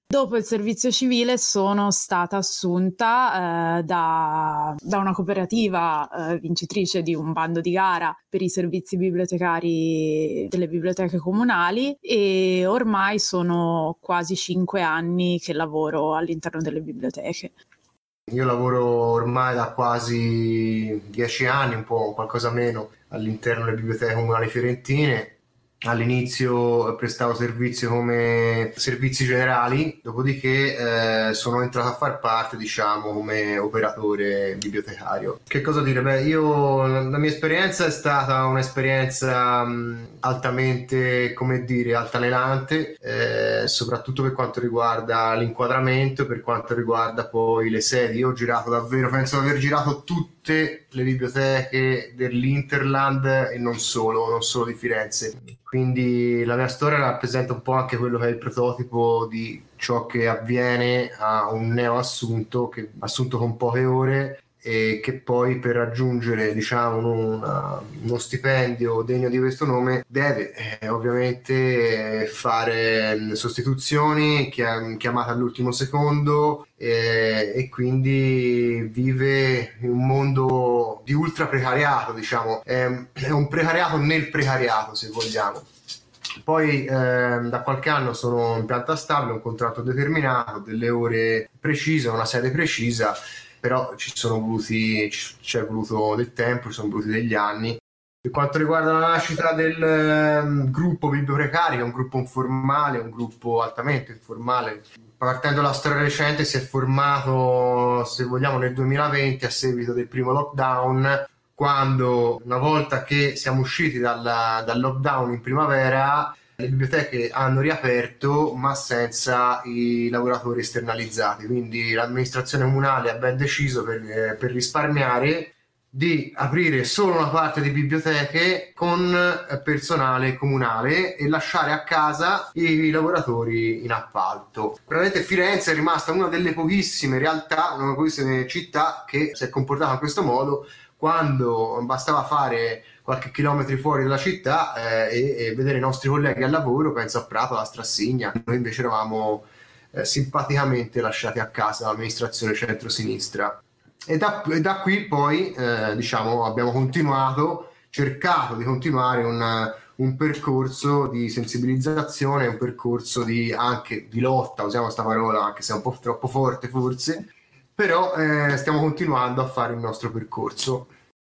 Dopo il servizio civile sono stata assunta da una cooperativa vincitrice di un bando di gara per i servizi bibliotecari delle biblioteche comunali, e ormai sono quasi 5 anni che lavoro all'interno delle biblioteche. Io lavoro ormai da quasi 10 anni, un po' qualcosa meno, all'interno delle biblioteche comunali fiorentine. All'inizio prestavo servizio come servizi generali, dopodiché sono entrato a far parte, diciamo, come operatore bibliotecario. Che cosa dire? La mia esperienza è stata un'esperienza altamente, come dire, altalenante, soprattutto per quanto riguarda l'inquadramento, per quanto riguarda poi le sedi. Io ho girato davvero, penso di aver girato tutte le biblioteche dell'Interland e non solo di Firenze. Quindi la mia storia rappresenta un po' anche quello che è il prototipo di ciò che avviene a un neoassunto, che assunto con poche ore, e che poi per raggiungere, diciamo, uno stipendio degno di questo nome deve ovviamente fare sostituzioni, chiamate all'ultimo secondo, e quindi vive in un mondo di ultra precariato, diciamo, è un precariato nel precariato, se vogliamo. Poi da qualche anno sono in pianta stabile, un contratto determinato, delle ore precise, una sede precisa, però c'è voluto del tempo, ci sono voluti degli anni. Per quanto riguarda la nascita del gruppo Biblioprecari, che è un gruppo informale, un gruppo altamente informale, partendo dalla storia recente, si è formato, se vogliamo, nel 2020 a seguito del primo lockdown, quando, una volta che siamo usciti dal lockdown in primavera, le biblioteche hanno riaperto, ma senza i lavoratori esternalizzati. Quindi l'amministrazione comunale ha ben deciso, per risparmiare, di aprire solo una parte di biblioteche con personale comunale e lasciare a casa i lavoratori in appalto. Probabilmente Firenze è rimasta una delle pochissime realtà, una delle pochissime città che si è comportata in questo modo, quando bastava fare qualche chilometro fuori dalla città e vedere i nostri colleghi al lavoro, penso a Prato, alla Strassigna. Noi invece eravamo simpaticamente lasciati a casa dall'amministrazione centro-sinistra. E da qui poi diciamo, abbiamo cercato di continuare un percorso di sensibilizzazione, un percorso anche di lotta, usiamo questa parola anche se è un po' troppo forte forse, però stiamo continuando a fare il nostro percorso.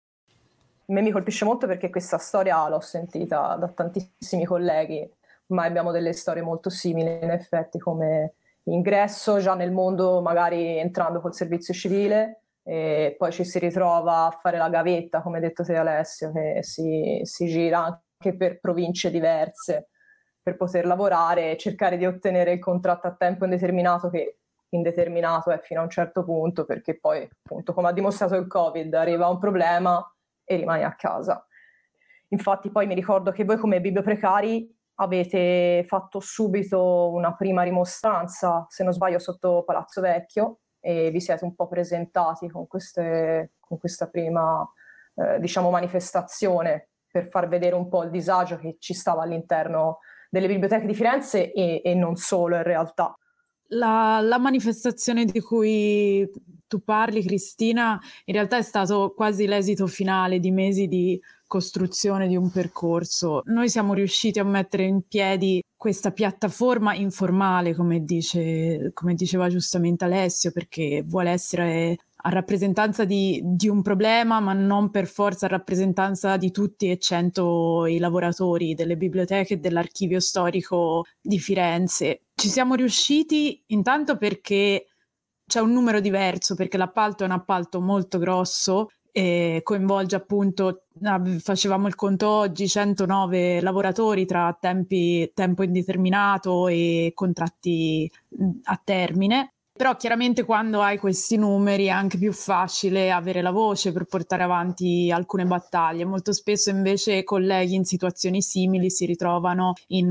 A me mi colpisce molto perché questa storia l'ho sentita da tantissimi colleghi, ma abbiamo delle storie molto simili in effetti, come ingresso già nel mondo magari entrando col servizio civile, e poi ci si ritrova a fare la gavetta, come hai detto te Alessio, che si gira anche per province diverse per poter lavorare e cercare di ottenere il contratto a tempo indeterminato, che indeterminato è fino a un certo punto, perché poi appunto, come ha dimostrato il Covid, arriva un problema e rimani a casa. Infatti poi mi ricordo che voi come biblioprecari avete fatto subito una prima rimostranza, se non sbaglio sotto Palazzo Vecchio, e vi siete un po' presentati con questa prima diciamo manifestazione per far vedere un po' il disagio che ci stava all'interno delle biblioteche di Firenze e non solo in realtà. La manifestazione di cui tu parli, Cristina, in realtà è stato quasi l'esito finale di mesi di costruzione di un percorso. Noi siamo riusciti a mettere in piedi questa piattaforma informale, come diceva giustamente Alessio, perché vuole essere a rappresentanza di un problema, ma non per forza a rappresentanza di tutti e 100 i lavoratori delle biblioteche e dell'archivio storico di Firenze. Ci siamo riusciti intanto perché c'è un numero diverso, perché l'appalto è un appalto molto grosso e coinvolge appunto, facevamo il conto oggi, 109 lavoratori tra tempo indeterminato e contratti a termine. Però chiaramente quando hai questi numeri è anche più facile avere la voce per portare avanti alcune battaglie. Molto spesso invece colleghi in situazioni simili si ritrovano in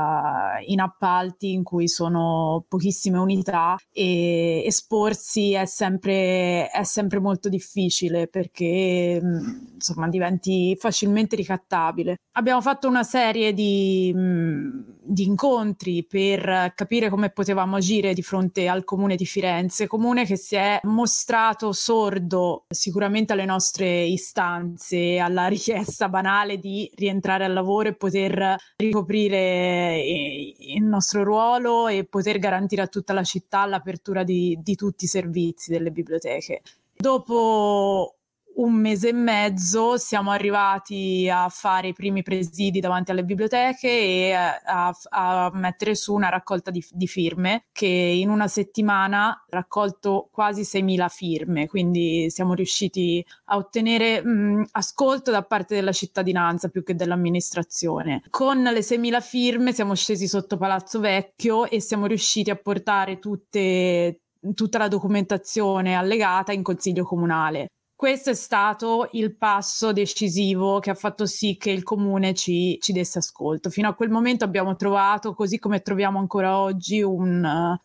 appalti in cui sono pochissime unità e esporsi è sempre molto difficile perché insomma diventi facilmente ricattabile. Abbiamo fatto una serie di incontri per capire come potevamo agire di fronte al comune di Firenze, comune che si è mostrato sordo sicuramente alle nostre istanze, alla richiesta banale di rientrare al lavoro e poter ricoprire il nostro ruolo e poter garantire a tutta la città l'apertura di tutti i servizi delle biblioteche. Dopo un mese e mezzo siamo arrivati a fare i primi presidi davanti alle biblioteche e a mettere su una raccolta di firme che in una settimana ha raccolto quasi 6.000 firme, quindi siamo riusciti a ottenere ascolto da parte della cittadinanza più che dell'amministrazione. Con le 6.000 firme siamo scesi sotto Palazzo Vecchio e siamo riusciti a portare tutta la documentazione allegata in Consiglio Comunale. Questo è stato il passo decisivo che ha fatto sì che il comune ci desse ascolto. Fino a quel momento abbiamo trovato, così come troviamo ancora oggi, un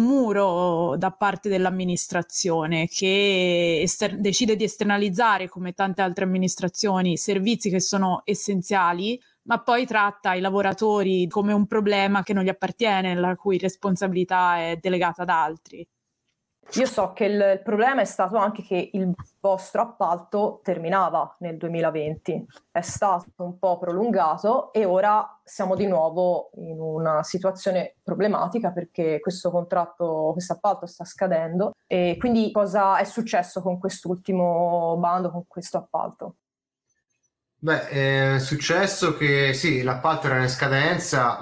muro da parte dell'amministrazione che decide di esternalizzare, come tante altre amministrazioni, servizi che sono essenziali, ma poi tratta i lavoratori come un problema che non gli appartiene, la cui responsabilità è delegata ad altri. Io so che il problema è stato anche che il vostro appalto terminava nel 2020, è stato un po' prolungato e ora siamo di nuovo in una situazione problematica perché questo appalto sta scadendo. E quindi cosa è successo con quest'ultimo bando, con questo appalto? Beh, è successo che sì, l'appalto era in scadenza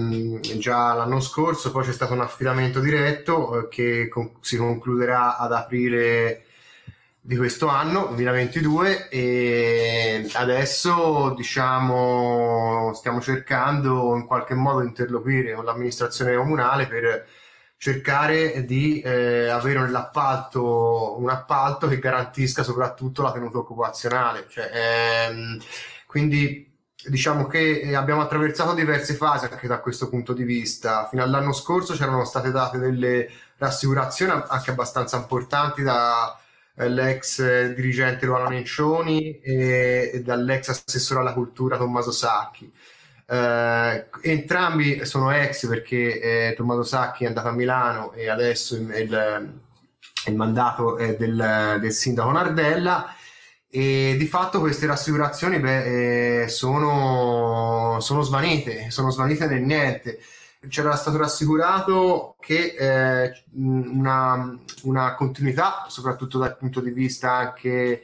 già l'anno scorso, poi c'è stato un affidamento diretto che si concluderà ad aprile di questo anno, 2022, e adesso stiamo cercando in qualche modo di interloquire con l'amministrazione comunale per cercare di avere un appalto che garantisca soprattutto la tenuta occupazionale. Quindi diciamo che abbiamo attraversato diverse fasi anche da questo punto di vista. Fino all'anno scorso c'erano state date delle rassicurazioni anche abbastanza importanti dall'ex dirigente Luana Nencioni e dall'ex assessore alla cultura Tommaso Sacchi. Entrambi sono ex perché Tommaso Sacchi è andato a Milano e adesso il mandato è del sindaco Nardella, e di fatto queste rassicurazioni sono svanite nel niente. C'era stato rassicurato che una continuità, soprattutto dal punto di vista anche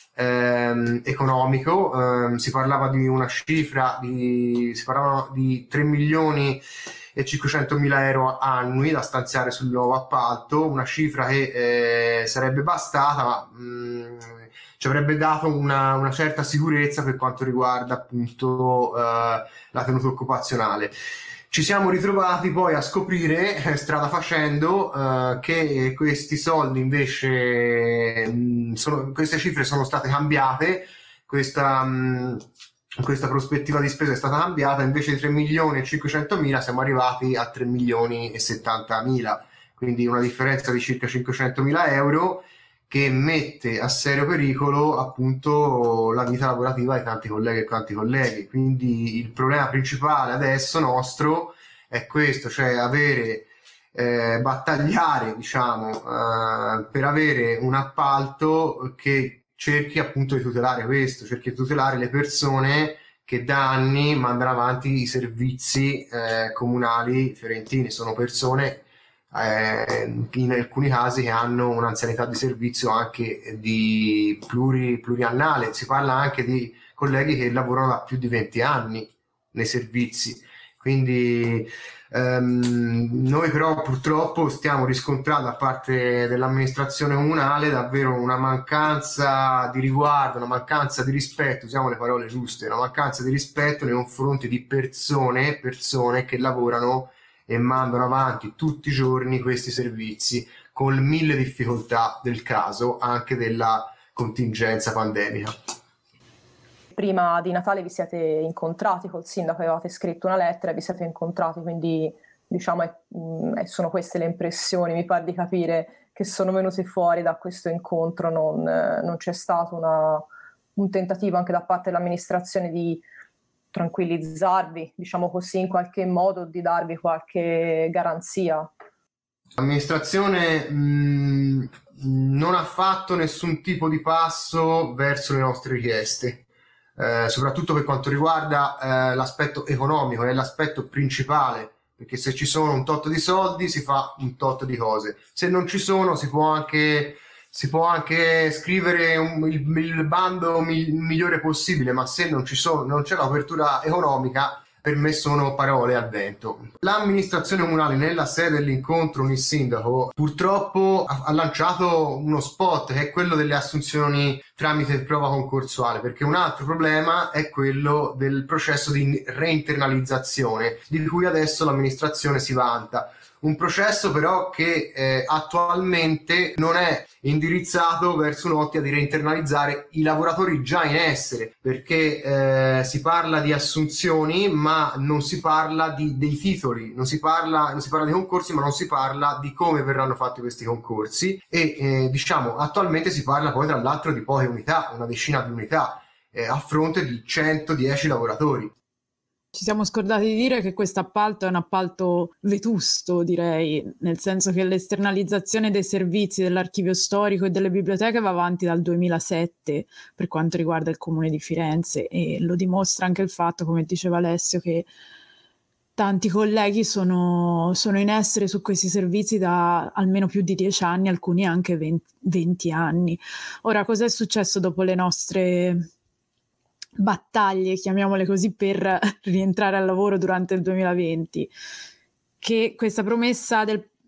economico, si parlava di una cifra di 3 milioni e 500 mila euro annui da stanziare sul nuovo appalto, una cifra che sarebbe bastata, ma ci avrebbe dato una certa sicurezza per quanto riguarda appunto la tenuta occupazionale. Ci siamo ritrovati poi a scoprire, strada facendo, che questi soldi invece, queste cifre sono state cambiate, questa prospettiva di spesa è stata cambiata, invece di 3 milioni e 500 mila siamo arrivati a 3 milioni e 70 mila, quindi una differenza di circa 500 mila euro che mette a serio pericolo appunto la vita lavorativa di tanti colleghi e tanti colleghi. Quindi il problema principale adesso nostro è questo, cioè battagliare per avere un appalto che cerchi appunto di tutelare questo, cerchi di tutelare le persone che da anni mandano avanti i servizi comunali fiorentini. Sono persone in alcuni casi che hanno un'anzianità di servizio anche di pluriannale. Si parla anche di colleghi che lavorano da più di 20 anni nei servizi. Quindi noi però purtroppo stiamo riscontrando da parte dell'amministrazione comunale davvero una mancanza di riguardo, una mancanza di rispetto, usiamo le parole giuste, una mancanza di rispetto nei confronti di persone che lavorano e mandano avanti tutti i giorni questi servizi con le 1000 difficoltà del caso, anche della contingenza pandemica. Prima di Natale vi siete incontrati col sindaco, avevate scritto una lettera e vi siete incontrati, quindi diciamo sono queste le impressioni, mi pare di capire, che sono venuti fuori da questo incontro. Non c'è stato un tentativo anche da parte dell'amministrazione di tranquillizzarvi, diciamo così, in qualche modo, di darvi qualche garanzia? L'amministrazione non ha fatto nessun tipo di passo verso le nostre richieste. Soprattutto per quanto riguarda l'aspetto economico, è l'aspetto principale, perché se ci sono un tot di soldi si fa un tot di cose, se non ci sono si può anche scrivere il bando migliore possibile, ma se non c'è la copertura economica, per me sono parole al vento. L'amministrazione comunale, nella sede dell'incontro con il sindaco, purtroppo ha lanciato uno spot, che è quello delle assunzioni tramite prova concorsuale, perché un altro problema è quello del processo di reinternalizzazione di cui adesso l'amministrazione si vanta. Un processo però che attualmente non è indirizzato verso un'ottica di reinternalizzare i lavoratori già in essere, perché si parla di assunzioni ma non si parla dei titoli, non si parla di concorsi, ma non si parla di come verranno fatti questi concorsi e diciamo attualmente si parla poi tra l'altro di poche unità, una decina di unità a fronte di 110 lavoratori. Ci siamo scordati di dire che questo appalto è un appalto vetusto, direi, nel senso che l'esternalizzazione dei servizi dell'archivio storico e delle biblioteche va avanti dal 2007 per quanto riguarda il Comune di Firenze, e lo dimostra anche il fatto, come diceva Alessio, che tanti colleghi sono in essere su questi servizi da almeno più di 10 anni, alcuni anche 20 anni. Ora, cos'è successo dopo le nostre battaglie, chiamiamole così, per rientrare al lavoro durante il 2020? Che questa promessa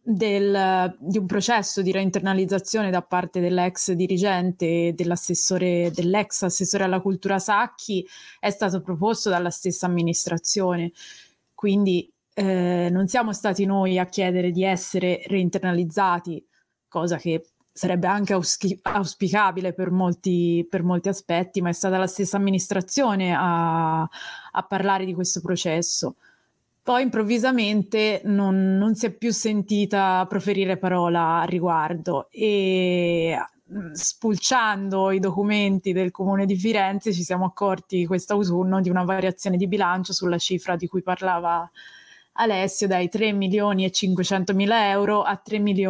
di un processo di reinternalizzazione da parte dell'ex dirigente, dell'ex assessore alla cultura Sacchi, è stato proposto dalla stessa amministrazione. Quindi non siamo stati noi a chiedere di essere reinternalizzati, cosa che sarebbe anche auspicabile per molti aspetti, ma è stata la stessa amministrazione a parlare di questo processo. Poi improvvisamente non si è più sentita proferire parola a riguardo, e spulciando i documenti del Comune di Firenze ci siamo accorti quest'autunno di una variazione di bilancio sulla cifra di cui parlava Alessio, dai 3.500.000 euro a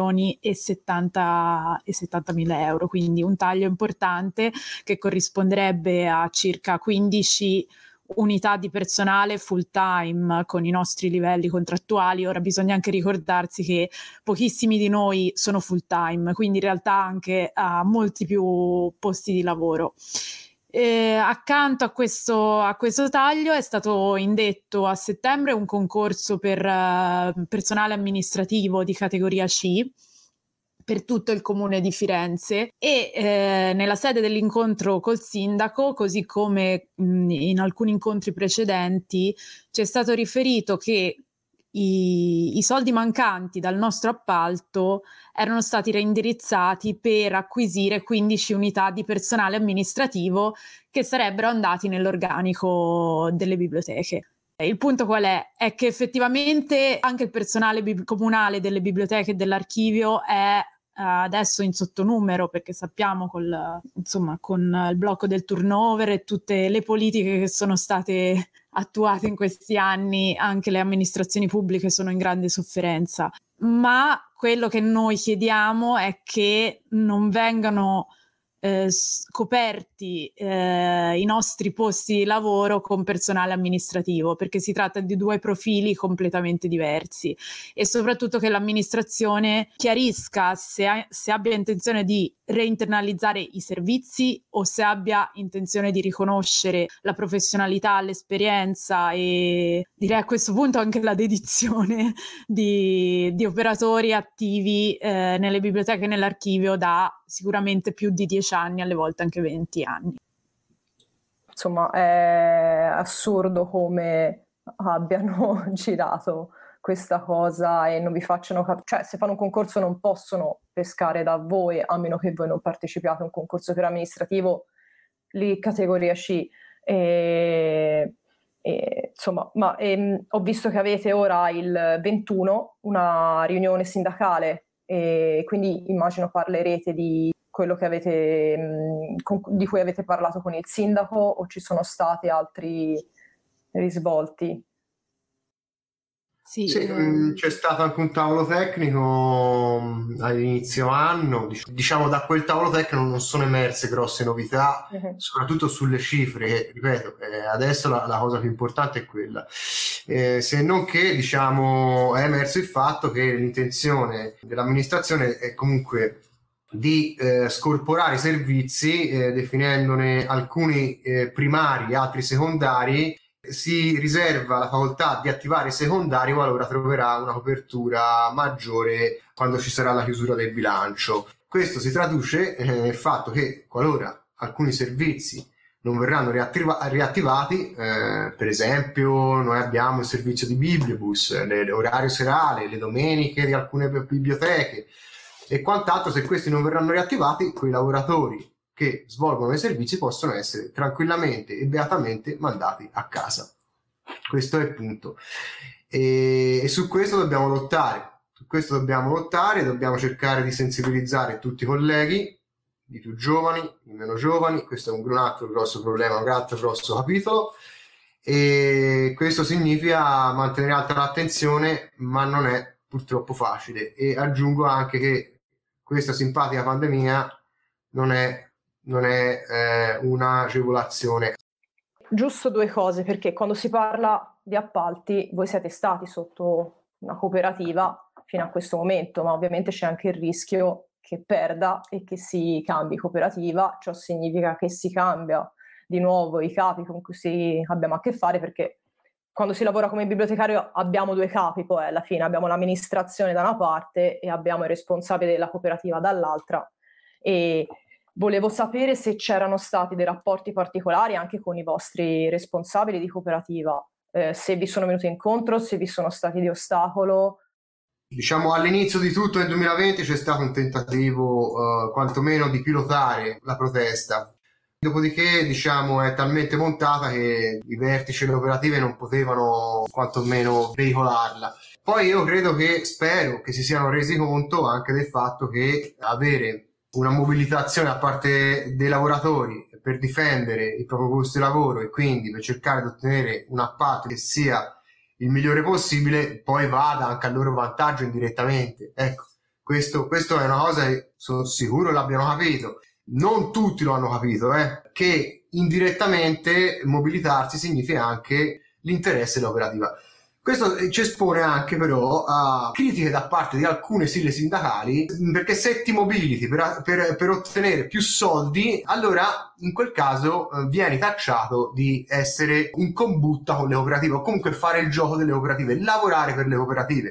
3.070.000 euro, quindi un taglio importante che corrisponderebbe a circa 15 unità di personale full time con i nostri livelli contrattuali. Ora bisogna anche ricordarsi che pochissimi di noi sono full time, quindi in realtà anche a molti più posti di lavoro. Accanto a questo taglio è stato indetto a settembre un concorso per personale amministrativo di categoria C per tutto il Comune di Firenze, e nella sede dell'incontro col sindaco, così come in alcuni incontri precedenti, ci è stato riferito che i soldi mancanti dal nostro appalto erano stati reindirizzati per acquisire 15 unità di personale amministrativo che sarebbero andati nell'organico delle biblioteche. Il punto qual è? È che effettivamente anche il personale comunale delle biblioteche e dell'archivio è adesso in sottonumero, perché sappiamo con il blocco del turnover e tutte le politiche che sono state attuate in questi anni, anche le amministrazioni pubbliche sono in grande sofferenza. Ma quello che noi chiediamo è che non vengano scoperti i nostri posti di lavoro con personale amministrativo, perché si tratta di due profili completamente diversi, e soprattutto che l'amministrazione chiarisca se abbia intenzione di reinternalizzare i servizi o se abbia intenzione di riconoscere la professionalità, l'esperienza e direi a questo punto anche la dedizione di operatori attivi nelle biblioteche e nell'archivio da sicuramente più di 10 anni, alle volte anche 20 anni. Insomma, è assurdo come abbiano girato questa cosa e non vi facciano cioè se fanno un concorso non possono pescare da voi a meno che voi non partecipiate a un concorso per amministrativo lì categoria C insomma, ma ho visto che avete ora il 21 una riunione sindacale e quindi immagino parlerete di quello che avete di cui avete parlato con il sindaco o ci sono stati altri risvolti? Sì, c'è stato anche un tavolo tecnico all'inizio anno, diciamo da quel tavolo tecnico non sono emerse grosse novità, soprattutto sulle cifre, che ripeto, adesso la cosa più importante è quella, se non che diciamo è emerso il fatto che l'intenzione dell'amministrazione è comunque di scorporare i servizi definendone alcuni primari, altri secondari. Si riserva la facoltà di attivare i secondari qualora troverà una copertura maggiore quando ci sarà la chiusura del bilancio. Questo si traduce nel fatto che qualora alcuni servizi non verranno riattivati, per esempio noi abbiamo il servizio di Bibliobus, l'orario serale, le domeniche di alcune biblioteche e quant'altro, se questi non verranno riattivati, quei lavoratori che svolgono i servizi possono essere tranquillamente e beatamente mandati a casa. Questo è il punto. E su questo dobbiamo lottare. Dobbiamo cercare di sensibilizzare tutti i colleghi, i più giovani, i meno giovani. Questo è un altro grosso problema, un altro grosso capitolo. E questo significa mantenere alta l'attenzione, ma non è purtroppo facile. E aggiungo anche che questa simpatica pandemia non è un'agevolazione. Giusto due cose, perché quando si parla di appalti voi siete stati sotto una cooperativa fino a questo momento, ma ovviamente c'è anche il rischio che perda e che si cambi cooperativa. Ciò significa che si cambia di nuovo i capi con cui abbiamo a che fare, perché quando si lavora come bibliotecario abbiamo due capi, poi alla fine abbiamo l'amministrazione da una parte e abbiamo il responsabile della cooperativa dall'altra. E volevo sapere se c'erano stati dei rapporti particolari anche con i vostri responsabili di cooperativa, se vi sono venuti incontro, se vi sono stati di ostacolo. Diciamo all'inizio di tutto nel 2020 c'è stato un tentativo quantomeno di pilotare la protesta. Dopodiché diciamo è talmente montata che i vertici delle cooperative non potevano quantomeno veicolarla. Poi io spero che si siano resi conto anche del fatto che avere una mobilitazione da parte dei lavoratori per difendere il proprio posto di lavoro e quindi per cercare di ottenere un appalto che sia il migliore possibile poi vada anche a loro vantaggio indirettamente. Ecco, questo è una cosa che sono sicuro l'abbiano capito. Non tutti lo hanno capito, che indirettamente mobilitarsi significa anche l'interesse dell'operativa. Questo ci espone anche però a critiche da parte di alcune sigle sindacali, perché se ti mobiliti per ottenere più soldi, allora in quel caso vieni tacciato di essere in combutta con le cooperative o comunque fare il gioco delle cooperative, lavorare per le cooperative.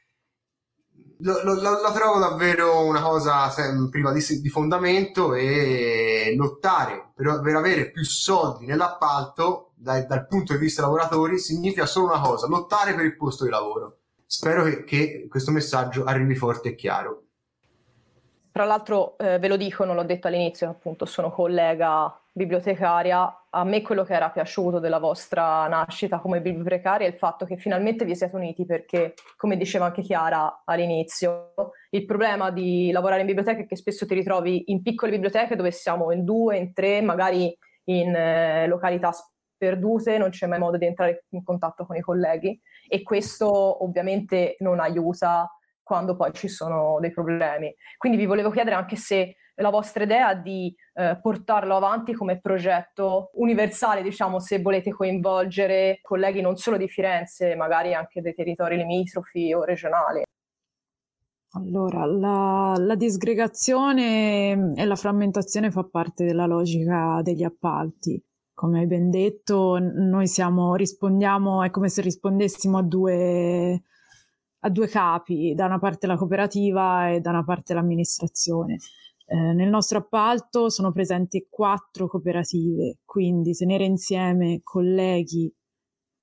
Lo trovo davvero una cosa priva di fondamento, e lottare per avere più soldi nell'appalto dal punto di vista lavoratori significa solo una cosa: lottare per il posto di lavoro. Spero che questo messaggio arrivi forte e chiaro. Tra l'altro ve lo dico, non l'ho detto all'inizio, appunto sono collega bibliotecaria. A me quello che era piaciuto della vostra nascita come bibliotecaria è il fatto che finalmente vi siete uniti, perché come diceva anche Chiara all'inizio, il problema di lavorare in biblioteca è che spesso ti ritrovi in piccole biblioteche dove siamo in 2, in 3, magari in località perdute, non c'è mai modo di entrare in contatto con i colleghi e questo ovviamente non aiuta quando poi ci sono dei problemi. Quindi vi volevo chiedere anche se la vostra idea di portarlo avanti come progetto universale, diciamo, se volete coinvolgere colleghi non solo di Firenze, magari anche dei territori limitrofi o regionali. Allora, la disgregazione e la frammentazione fa parte della logica degli appalti. Come hai ben detto, noi rispondiamo, è come se rispondessimo a due capi, da una parte la cooperativa e da una parte l'amministrazione. Nel nostro appalto sono presenti 4 cooperative, quindi tenere insieme colleghi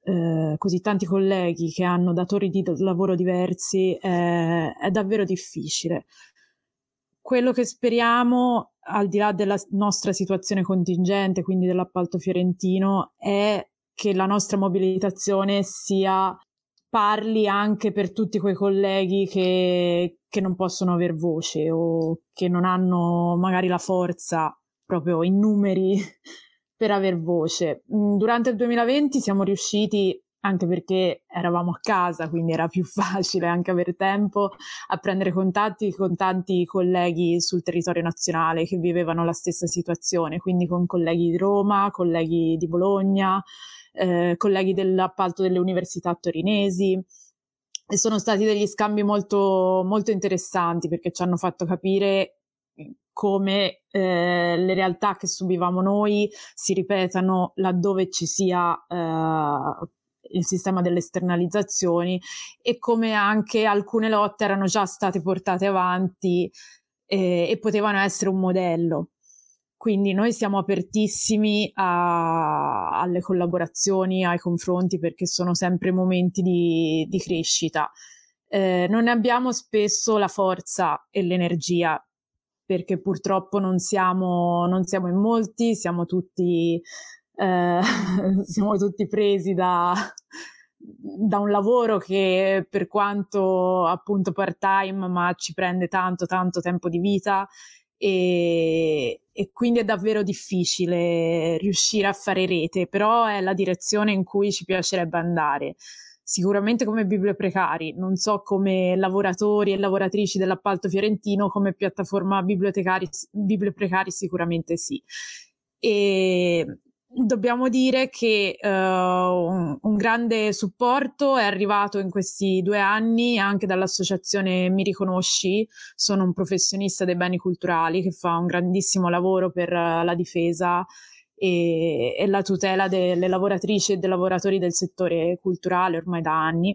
così tanti colleghi che hanno datori di lavoro diversi è davvero difficile. Quello che speriamo, al di là della nostra situazione contingente, quindi dell'appalto fiorentino, è che la nostra mobilitazione parli anche per tutti quei colleghi che non possono aver voce o che non hanno magari la forza proprio in numeri per aver voce. Durante il 2020 siamo riusciti, anche perché eravamo a casa, quindi era più facile anche avere tempo, a prendere contatti con tanti colleghi sul territorio nazionale che vivevano la stessa situazione, quindi con colleghi di Roma, colleghi di Bologna, colleghi dell'appalto delle università torinesi, e sono stati degli scambi molto, molto interessanti, perché ci hanno fatto capire come le realtà che subivamo noi si ripetano laddove ci sia il sistema delle esternalizzazioni, e come anche alcune lotte erano già state portate avanti e potevano essere un modello. Quindi noi siamo apertissimi alle collaborazioni, ai confronti, perché sono sempre momenti di crescita. Non ne abbiamo spesso la forza e l'energia, perché purtroppo non siamo in molti, siamo tutti presi da un lavoro che, per quanto appunto part-time, ma ci prende tanto tempo di vita, e quindi è davvero difficile riuscire a fare rete, però è la direzione in cui ci piacerebbe andare. Sicuramente come biblioprecari, non so come lavoratori e lavoratrici dell'appalto fiorentino, come piattaforma biblioprecari sicuramente sì. E dobbiamo dire che un grande supporto è arrivato in questi 2 anni anche dall'associazione Mi Riconosci. Sono un professionista dei beni culturali che fa un grandissimo lavoro per la difesa e la tutela delle lavoratrici e dei lavoratori del settore culturale ormai da anni.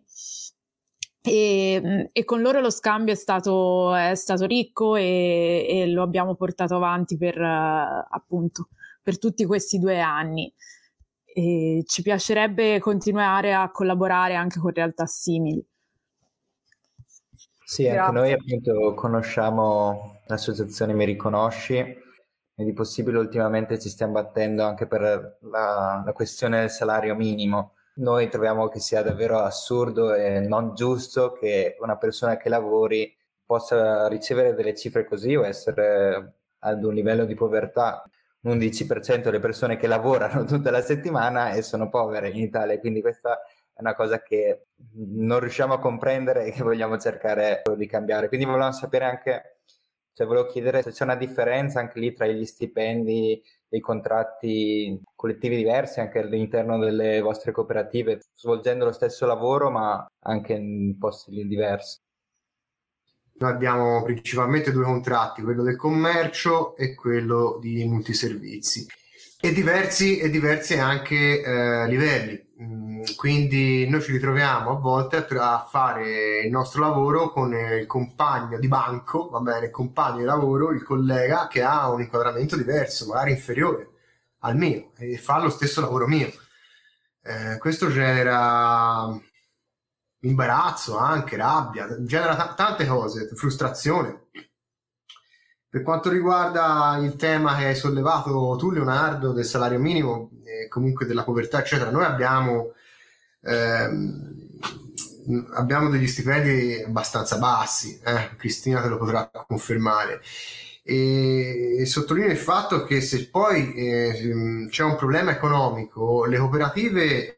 E con loro lo scambio è stato ricco e lo abbiamo portato avanti per tutti questi 2 anni. E ci piacerebbe continuare a collaborare anche con realtà simili. Sì, anche noi appunto conosciamo l'associazione Mi Riconosci, e di possibile ultimamente ci stiamo battendo anche per la questione del salario minimo. Noi troviamo che sia davvero assurdo e non giusto che una persona che lavori possa ricevere delle cifre così o essere ad un livello di povertà. Un 11% delle persone che lavorano tutta la settimana e sono povere in Italia, quindi questa è una cosa che non riusciamo a comprendere e che vogliamo cercare di cambiare. Quindi volevamo sapere anche, volevo chiedere se c'è una differenza anche lì tra gli stipendi e i contratti collettivi diversi anche all'interno delle vostre cooperative, svolgendo lo stesso lavoro ma anche in posti diversi. Noi abbiamo principalmente 2 contratti, quello del commercio e quello di multiservizi, e diversi anche livelli. Quindi noi ci ritroviamo a volte a fare il nostro lavoro con il compagno di banco, va bene, il compagno di lavoro, il collega che ha un inquadramento diverso, magari inferiore al mio, e fa lo stesso lavoro mio. Questo genera imbarazzo, anche rabbia, genera tante cose, frustrazione. Per quanto riguarda il tema che hai sollevato tu, Leonardo, del salario minimo e comunque della povertà, eccetera, noi abbiamo degli stipendi abbastanza bassi, Cristina te lo potrà confermare, e sottolineo il fatto che se poi c'è un problema economico, le cooperative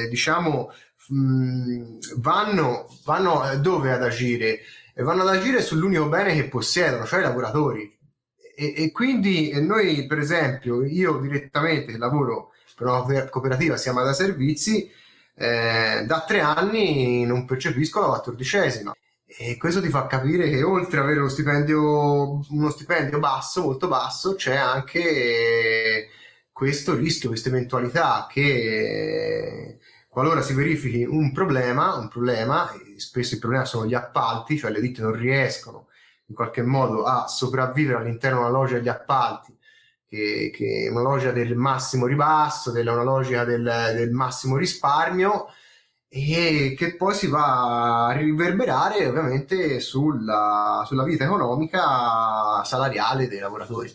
vanno dove ad agire? Vanno ad agire sull'unico bene che possiedono, cioè i lavoratori. E quindi noi, per esempio, io direttamente lavoro per una cooperativa, si chiama Da Servizi, da 3 anni non percepisco la 14ª, e questo ti fa capire che oltre ad avere uno stipendio basso, molto basso, c'è anche questo rischio, questa eventualità che qualora si verifichi un problema, e spesso il problema sono gli appalti, cioè le ditte non riescono in qualche modo a sopravvivere all'interno della logica degli appalti, che è una logica del massimo ribasso, una logica del massimo risparmio, e che poi si va a riverberare ovviamente sulla vita economica salariale dei lavoratori.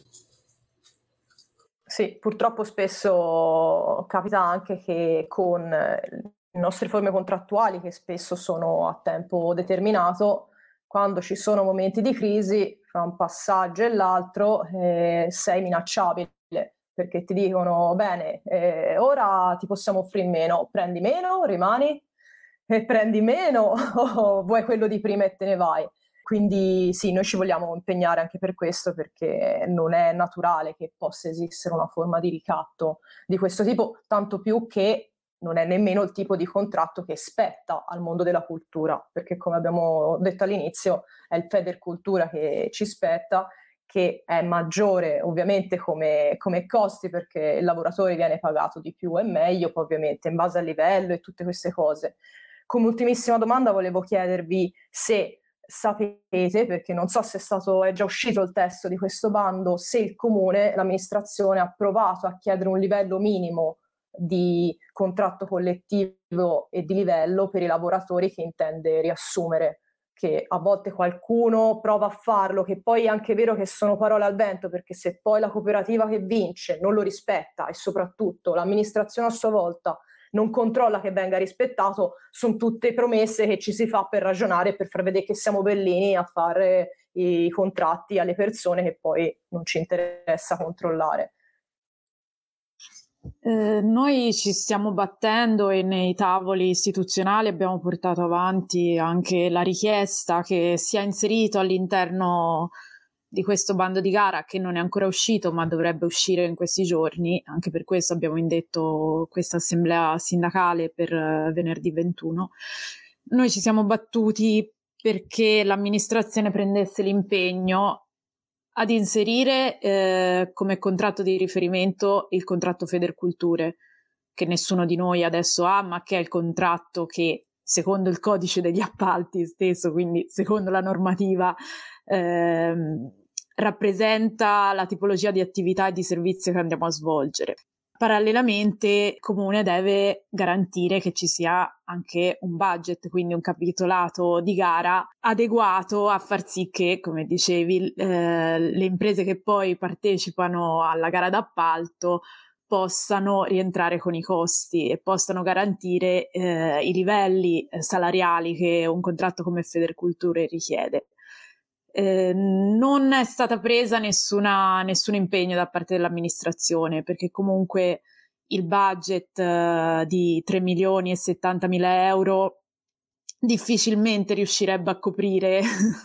Sì, purtroppo spesso capita anche che con le nostre forme contrattuali, che spesso sono a tempo determinato, quando ci sono momenti di crisi, fra un passaggio e l'altro, sei minacciabile, perché ti dicono: bene, ora ti possiamo offrire meno, prendi meno, rimani, e prendi meno, o vuoi quello di prima e te ne vai. Quindi sì, noi ci vogliamo impegnare anche per questo, perché non è naturale che possa esistere una forma di ricatto di questo tipo, tanto più che non è nemmeno il tipo di contratto che spetta al mondo della cultura, perché come abbiamo detto all'inizio è il Federcultura che ci spetta, che è maggiore ovviamente come costi, perché il lavoratore viene pagato di più e meglio, poi ovviamente in base al livello e tutte queste cose. Come ultimissima domanda volevo chiedervi se sapete, perché non so se è già uscito il testo di questo bando, se il comune, l'amministrazione ha provato a chiedere un livello minimo di contratto collettivo e di livello per i lavoratori che intende riassumere, che a volte qualcuno prova a farlo, che poi è anche vero che sono parole al vento, perché se poi la cooperativa che vince non lo rispetta e soprattutto l'amministrazione a sua volta non controlla che venga rispettato, sono tutte promesse che ci si fa per ragionare e per far vedere che siamo bellini a fare i contratti alle persone che poi non ci interessa controllare. Noi ci stiamo battendo e nei tavoli istituzionali abbiamo portato avanti anche la richiesta che sia inserito all'interno di questo bando di gara, che non è ancora uscito ma dovrebbe uscire in questi giorni. Anche per questo abbiamo indetto questa assemblea sindacale per venerdì 21. Noi ci siamo battuti perché l'amministrazione prendesse l'impegno ad inserire come contratto di riferimento il contratto Federculture, che nessuno di noi adesso ha, ma che è il contratto che, secondo il codice degli appalti stesso, quindi secondo la normativa, rappresenta la tipologia di attività e di servizio che andiamo a svolgere. Parallelamente il comune deve garantire che ci sia anche un budget, quindi un capitolato di gara adeguato a far sì che, come dicevi, le imprese che poi partecipano alla gara d'appalto possano rientrare con i costi e possano garantire i livelli salariali che un contratto come Federculture richiede. Non è stata presa nessun impegno da parte dell'amministrazione, perché comunque il budget di 3.070.000 euro difficilmente riuscirebbe a coprire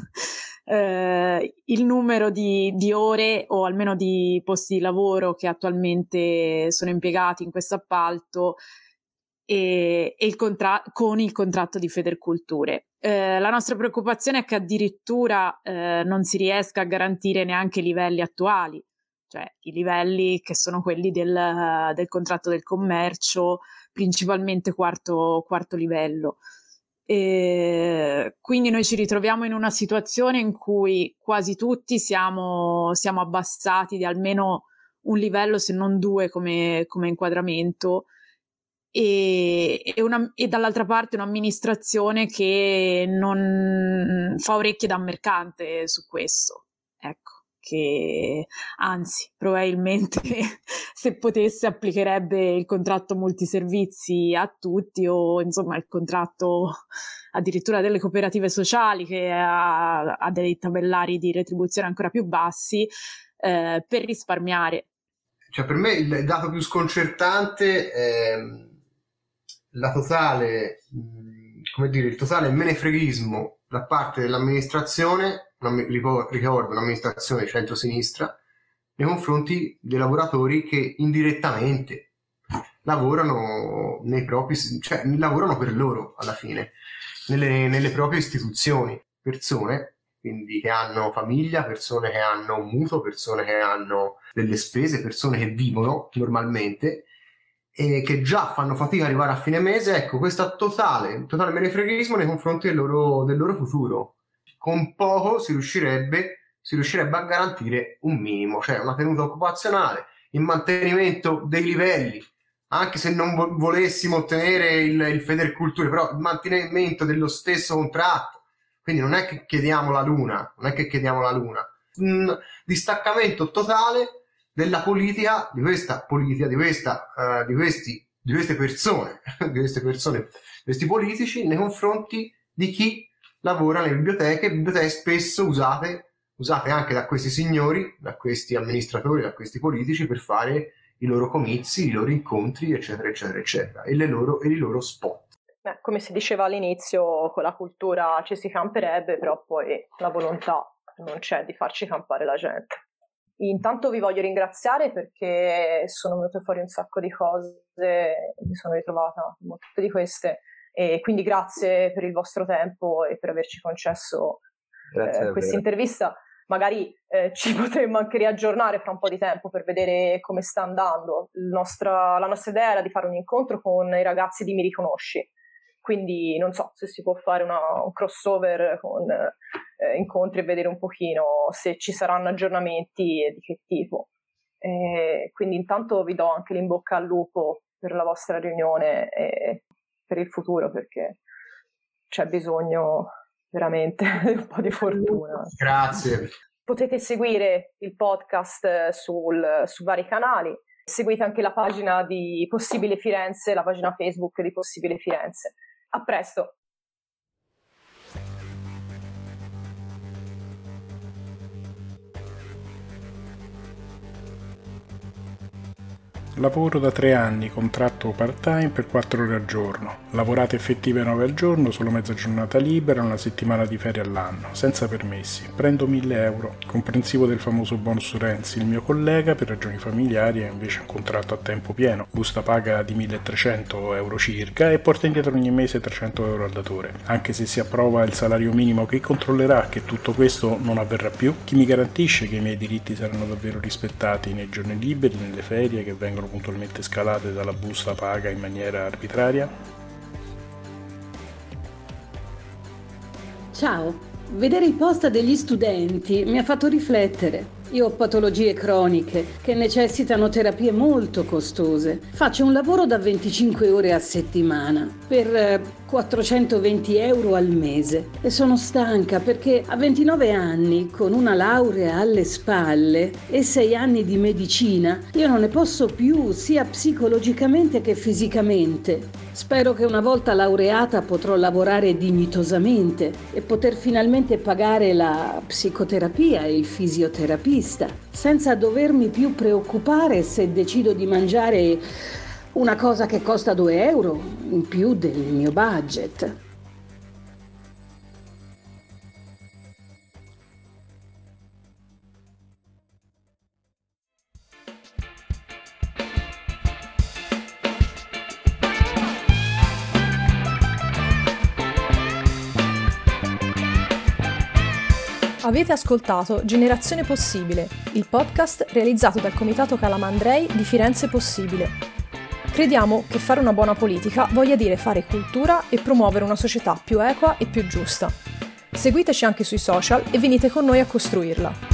il numero di ore o almeno di posti di lavoro che attualmente sono impiegati in questo appalto e con il contratto di Federculture. La nostra preoccupazione è che addirittura non si riesca a garantire neanche i livelli attuali, cioè i livelli che sono quelli del contratto del commercio, principalmente quarto livello. Quindi noi ci ritroviamo in una situazione in cui quasi tutti siamo abbassati di almeno un livello, se non due, come inquadramento. E dall'altra parte un'amministrazione che non fa orecchie da mercante su questo, ecco, che anzi probabilmente se potesse applicherebbe il contratto multiservizi a tutti, o insomma il contratto addirittura delle cooperative sociali, che ha dei tabellari di retribuzione ancora più bassi, per risparmiare. Cioè, per me il dato più sconcertante è la totale, il totale menefreghismo da parte dell'amministrazione, ricordo un'amministrazione di centrosinistra, nei confronti dei lavoratori che indirettamente lavorano lavorano per loro alla fine, nelle proprie istituzioni, persone quindi che hanno famiglia, persone che hanno un mutuo, persone che hanno delle spese, persone che vivono normalmente e che già fanno fatica ad arrivare a fine mese. Ecco, questo totale menefreghismo nei confronti del loro futuro. Con poco si riuscirebbe si riuscirebbe a garantire un minimo, cioè una tenuta occupazionale, il mantenimento dei livelli, anche se non volessimo ottenere il Federculture, però il mantenimento dello stesso contratto. Quindi non è che chiediamo la luna, un distaccamento totale della politica, di queste persone, questi politici nei confronti di chi lavora nelle biblioteche spesso usate anche da questi signori, da questi amministratori, da questi politici per fare i loro comizi, i loro incontri, eccetera, eccetera, eccetera, e i loro spot. Come si diceva all'inizio, con la cultura ci si camperebbe, però poi la volontà non c'è di farci campare la gente. Intanto vi voglio ringraziare perché sono venute fuori un sacco di cose, mi sono ritrovata molte di queste, e quindi grazie per il vostro tempo e per averci concesso questa intervista. Magari ci potremmo anche riaggiornare fra un po' di tempo per vedere come sta andando. La nostra idea era di fare un incontro con i ragazzi di Mi Riconosci, quindi non so se si può fare un crossover con incontri e vedere un pochino se ci saranno aggiornamenti e di che tipo. Quindi intanto vi do anche l'in bocca al lupo per la vostra riunione e per il futuro, perché c'è bisogno veramente di un po' di fortuna. Grazie. Potete seguire il podcast su vari canali. Seguite anche la pagina di Possibile Firenze, la pagina Facebook di Possibile Firenze. A presto! Lavoro da 3 anni, contratto part-time per 4 ore al giorno. Lavorate effettive 9 al giorno, solo mezza giornata libera, una settimana di ferie all'anno, senza permessi. Prendo 1.000 euro, comprensivo del famoso bonus Renzi. Il mio collega, per ragioni familiari, ha invece un contratto a tempo pieno. Busta paga di 1.300 euro circa e porta indietro ogni mese 300 euro al datore. Anche se si approva il salario minimo, chi controllerà che tutto questo non avverrà più? Chi mi garantisce che i miei diritti saranno davvero rispettati nei giorni liberi, nelle ferie che vengono puntualmente scalate dalla busta paga in maniera arbitraria? Ciao, vedere i post degli studenti mi ha fatto riflettere. Io ho patologie croniche che necessitano terapie molto costose. Faccio un lavoro da 25 ore a settimana per 420 euro al mese e sono stanca perché a 29 anni, con una laurea alle spalle e 6 anni di medicina, io non ne posso più, sia psicologicamente che fisicamente. Spero che una volta laureata potrò lavorare dignitosamente e poter finalmente pagare la psicoterapia e il fisioterapista, senza dovermi più preoccupare se decido di mangiare una cosa che costa 2 euro in più del mio budget. Avete ascoltato Generazione Possibile, il podcast realizzato dal Comitato Calamandrei di Firenze Possibile. Crediamo che fare una buona politica voglia dire fare cultura e promuovere una società più equa e più giusta. Seguiteci anche sui social e venite con noi a costruirla.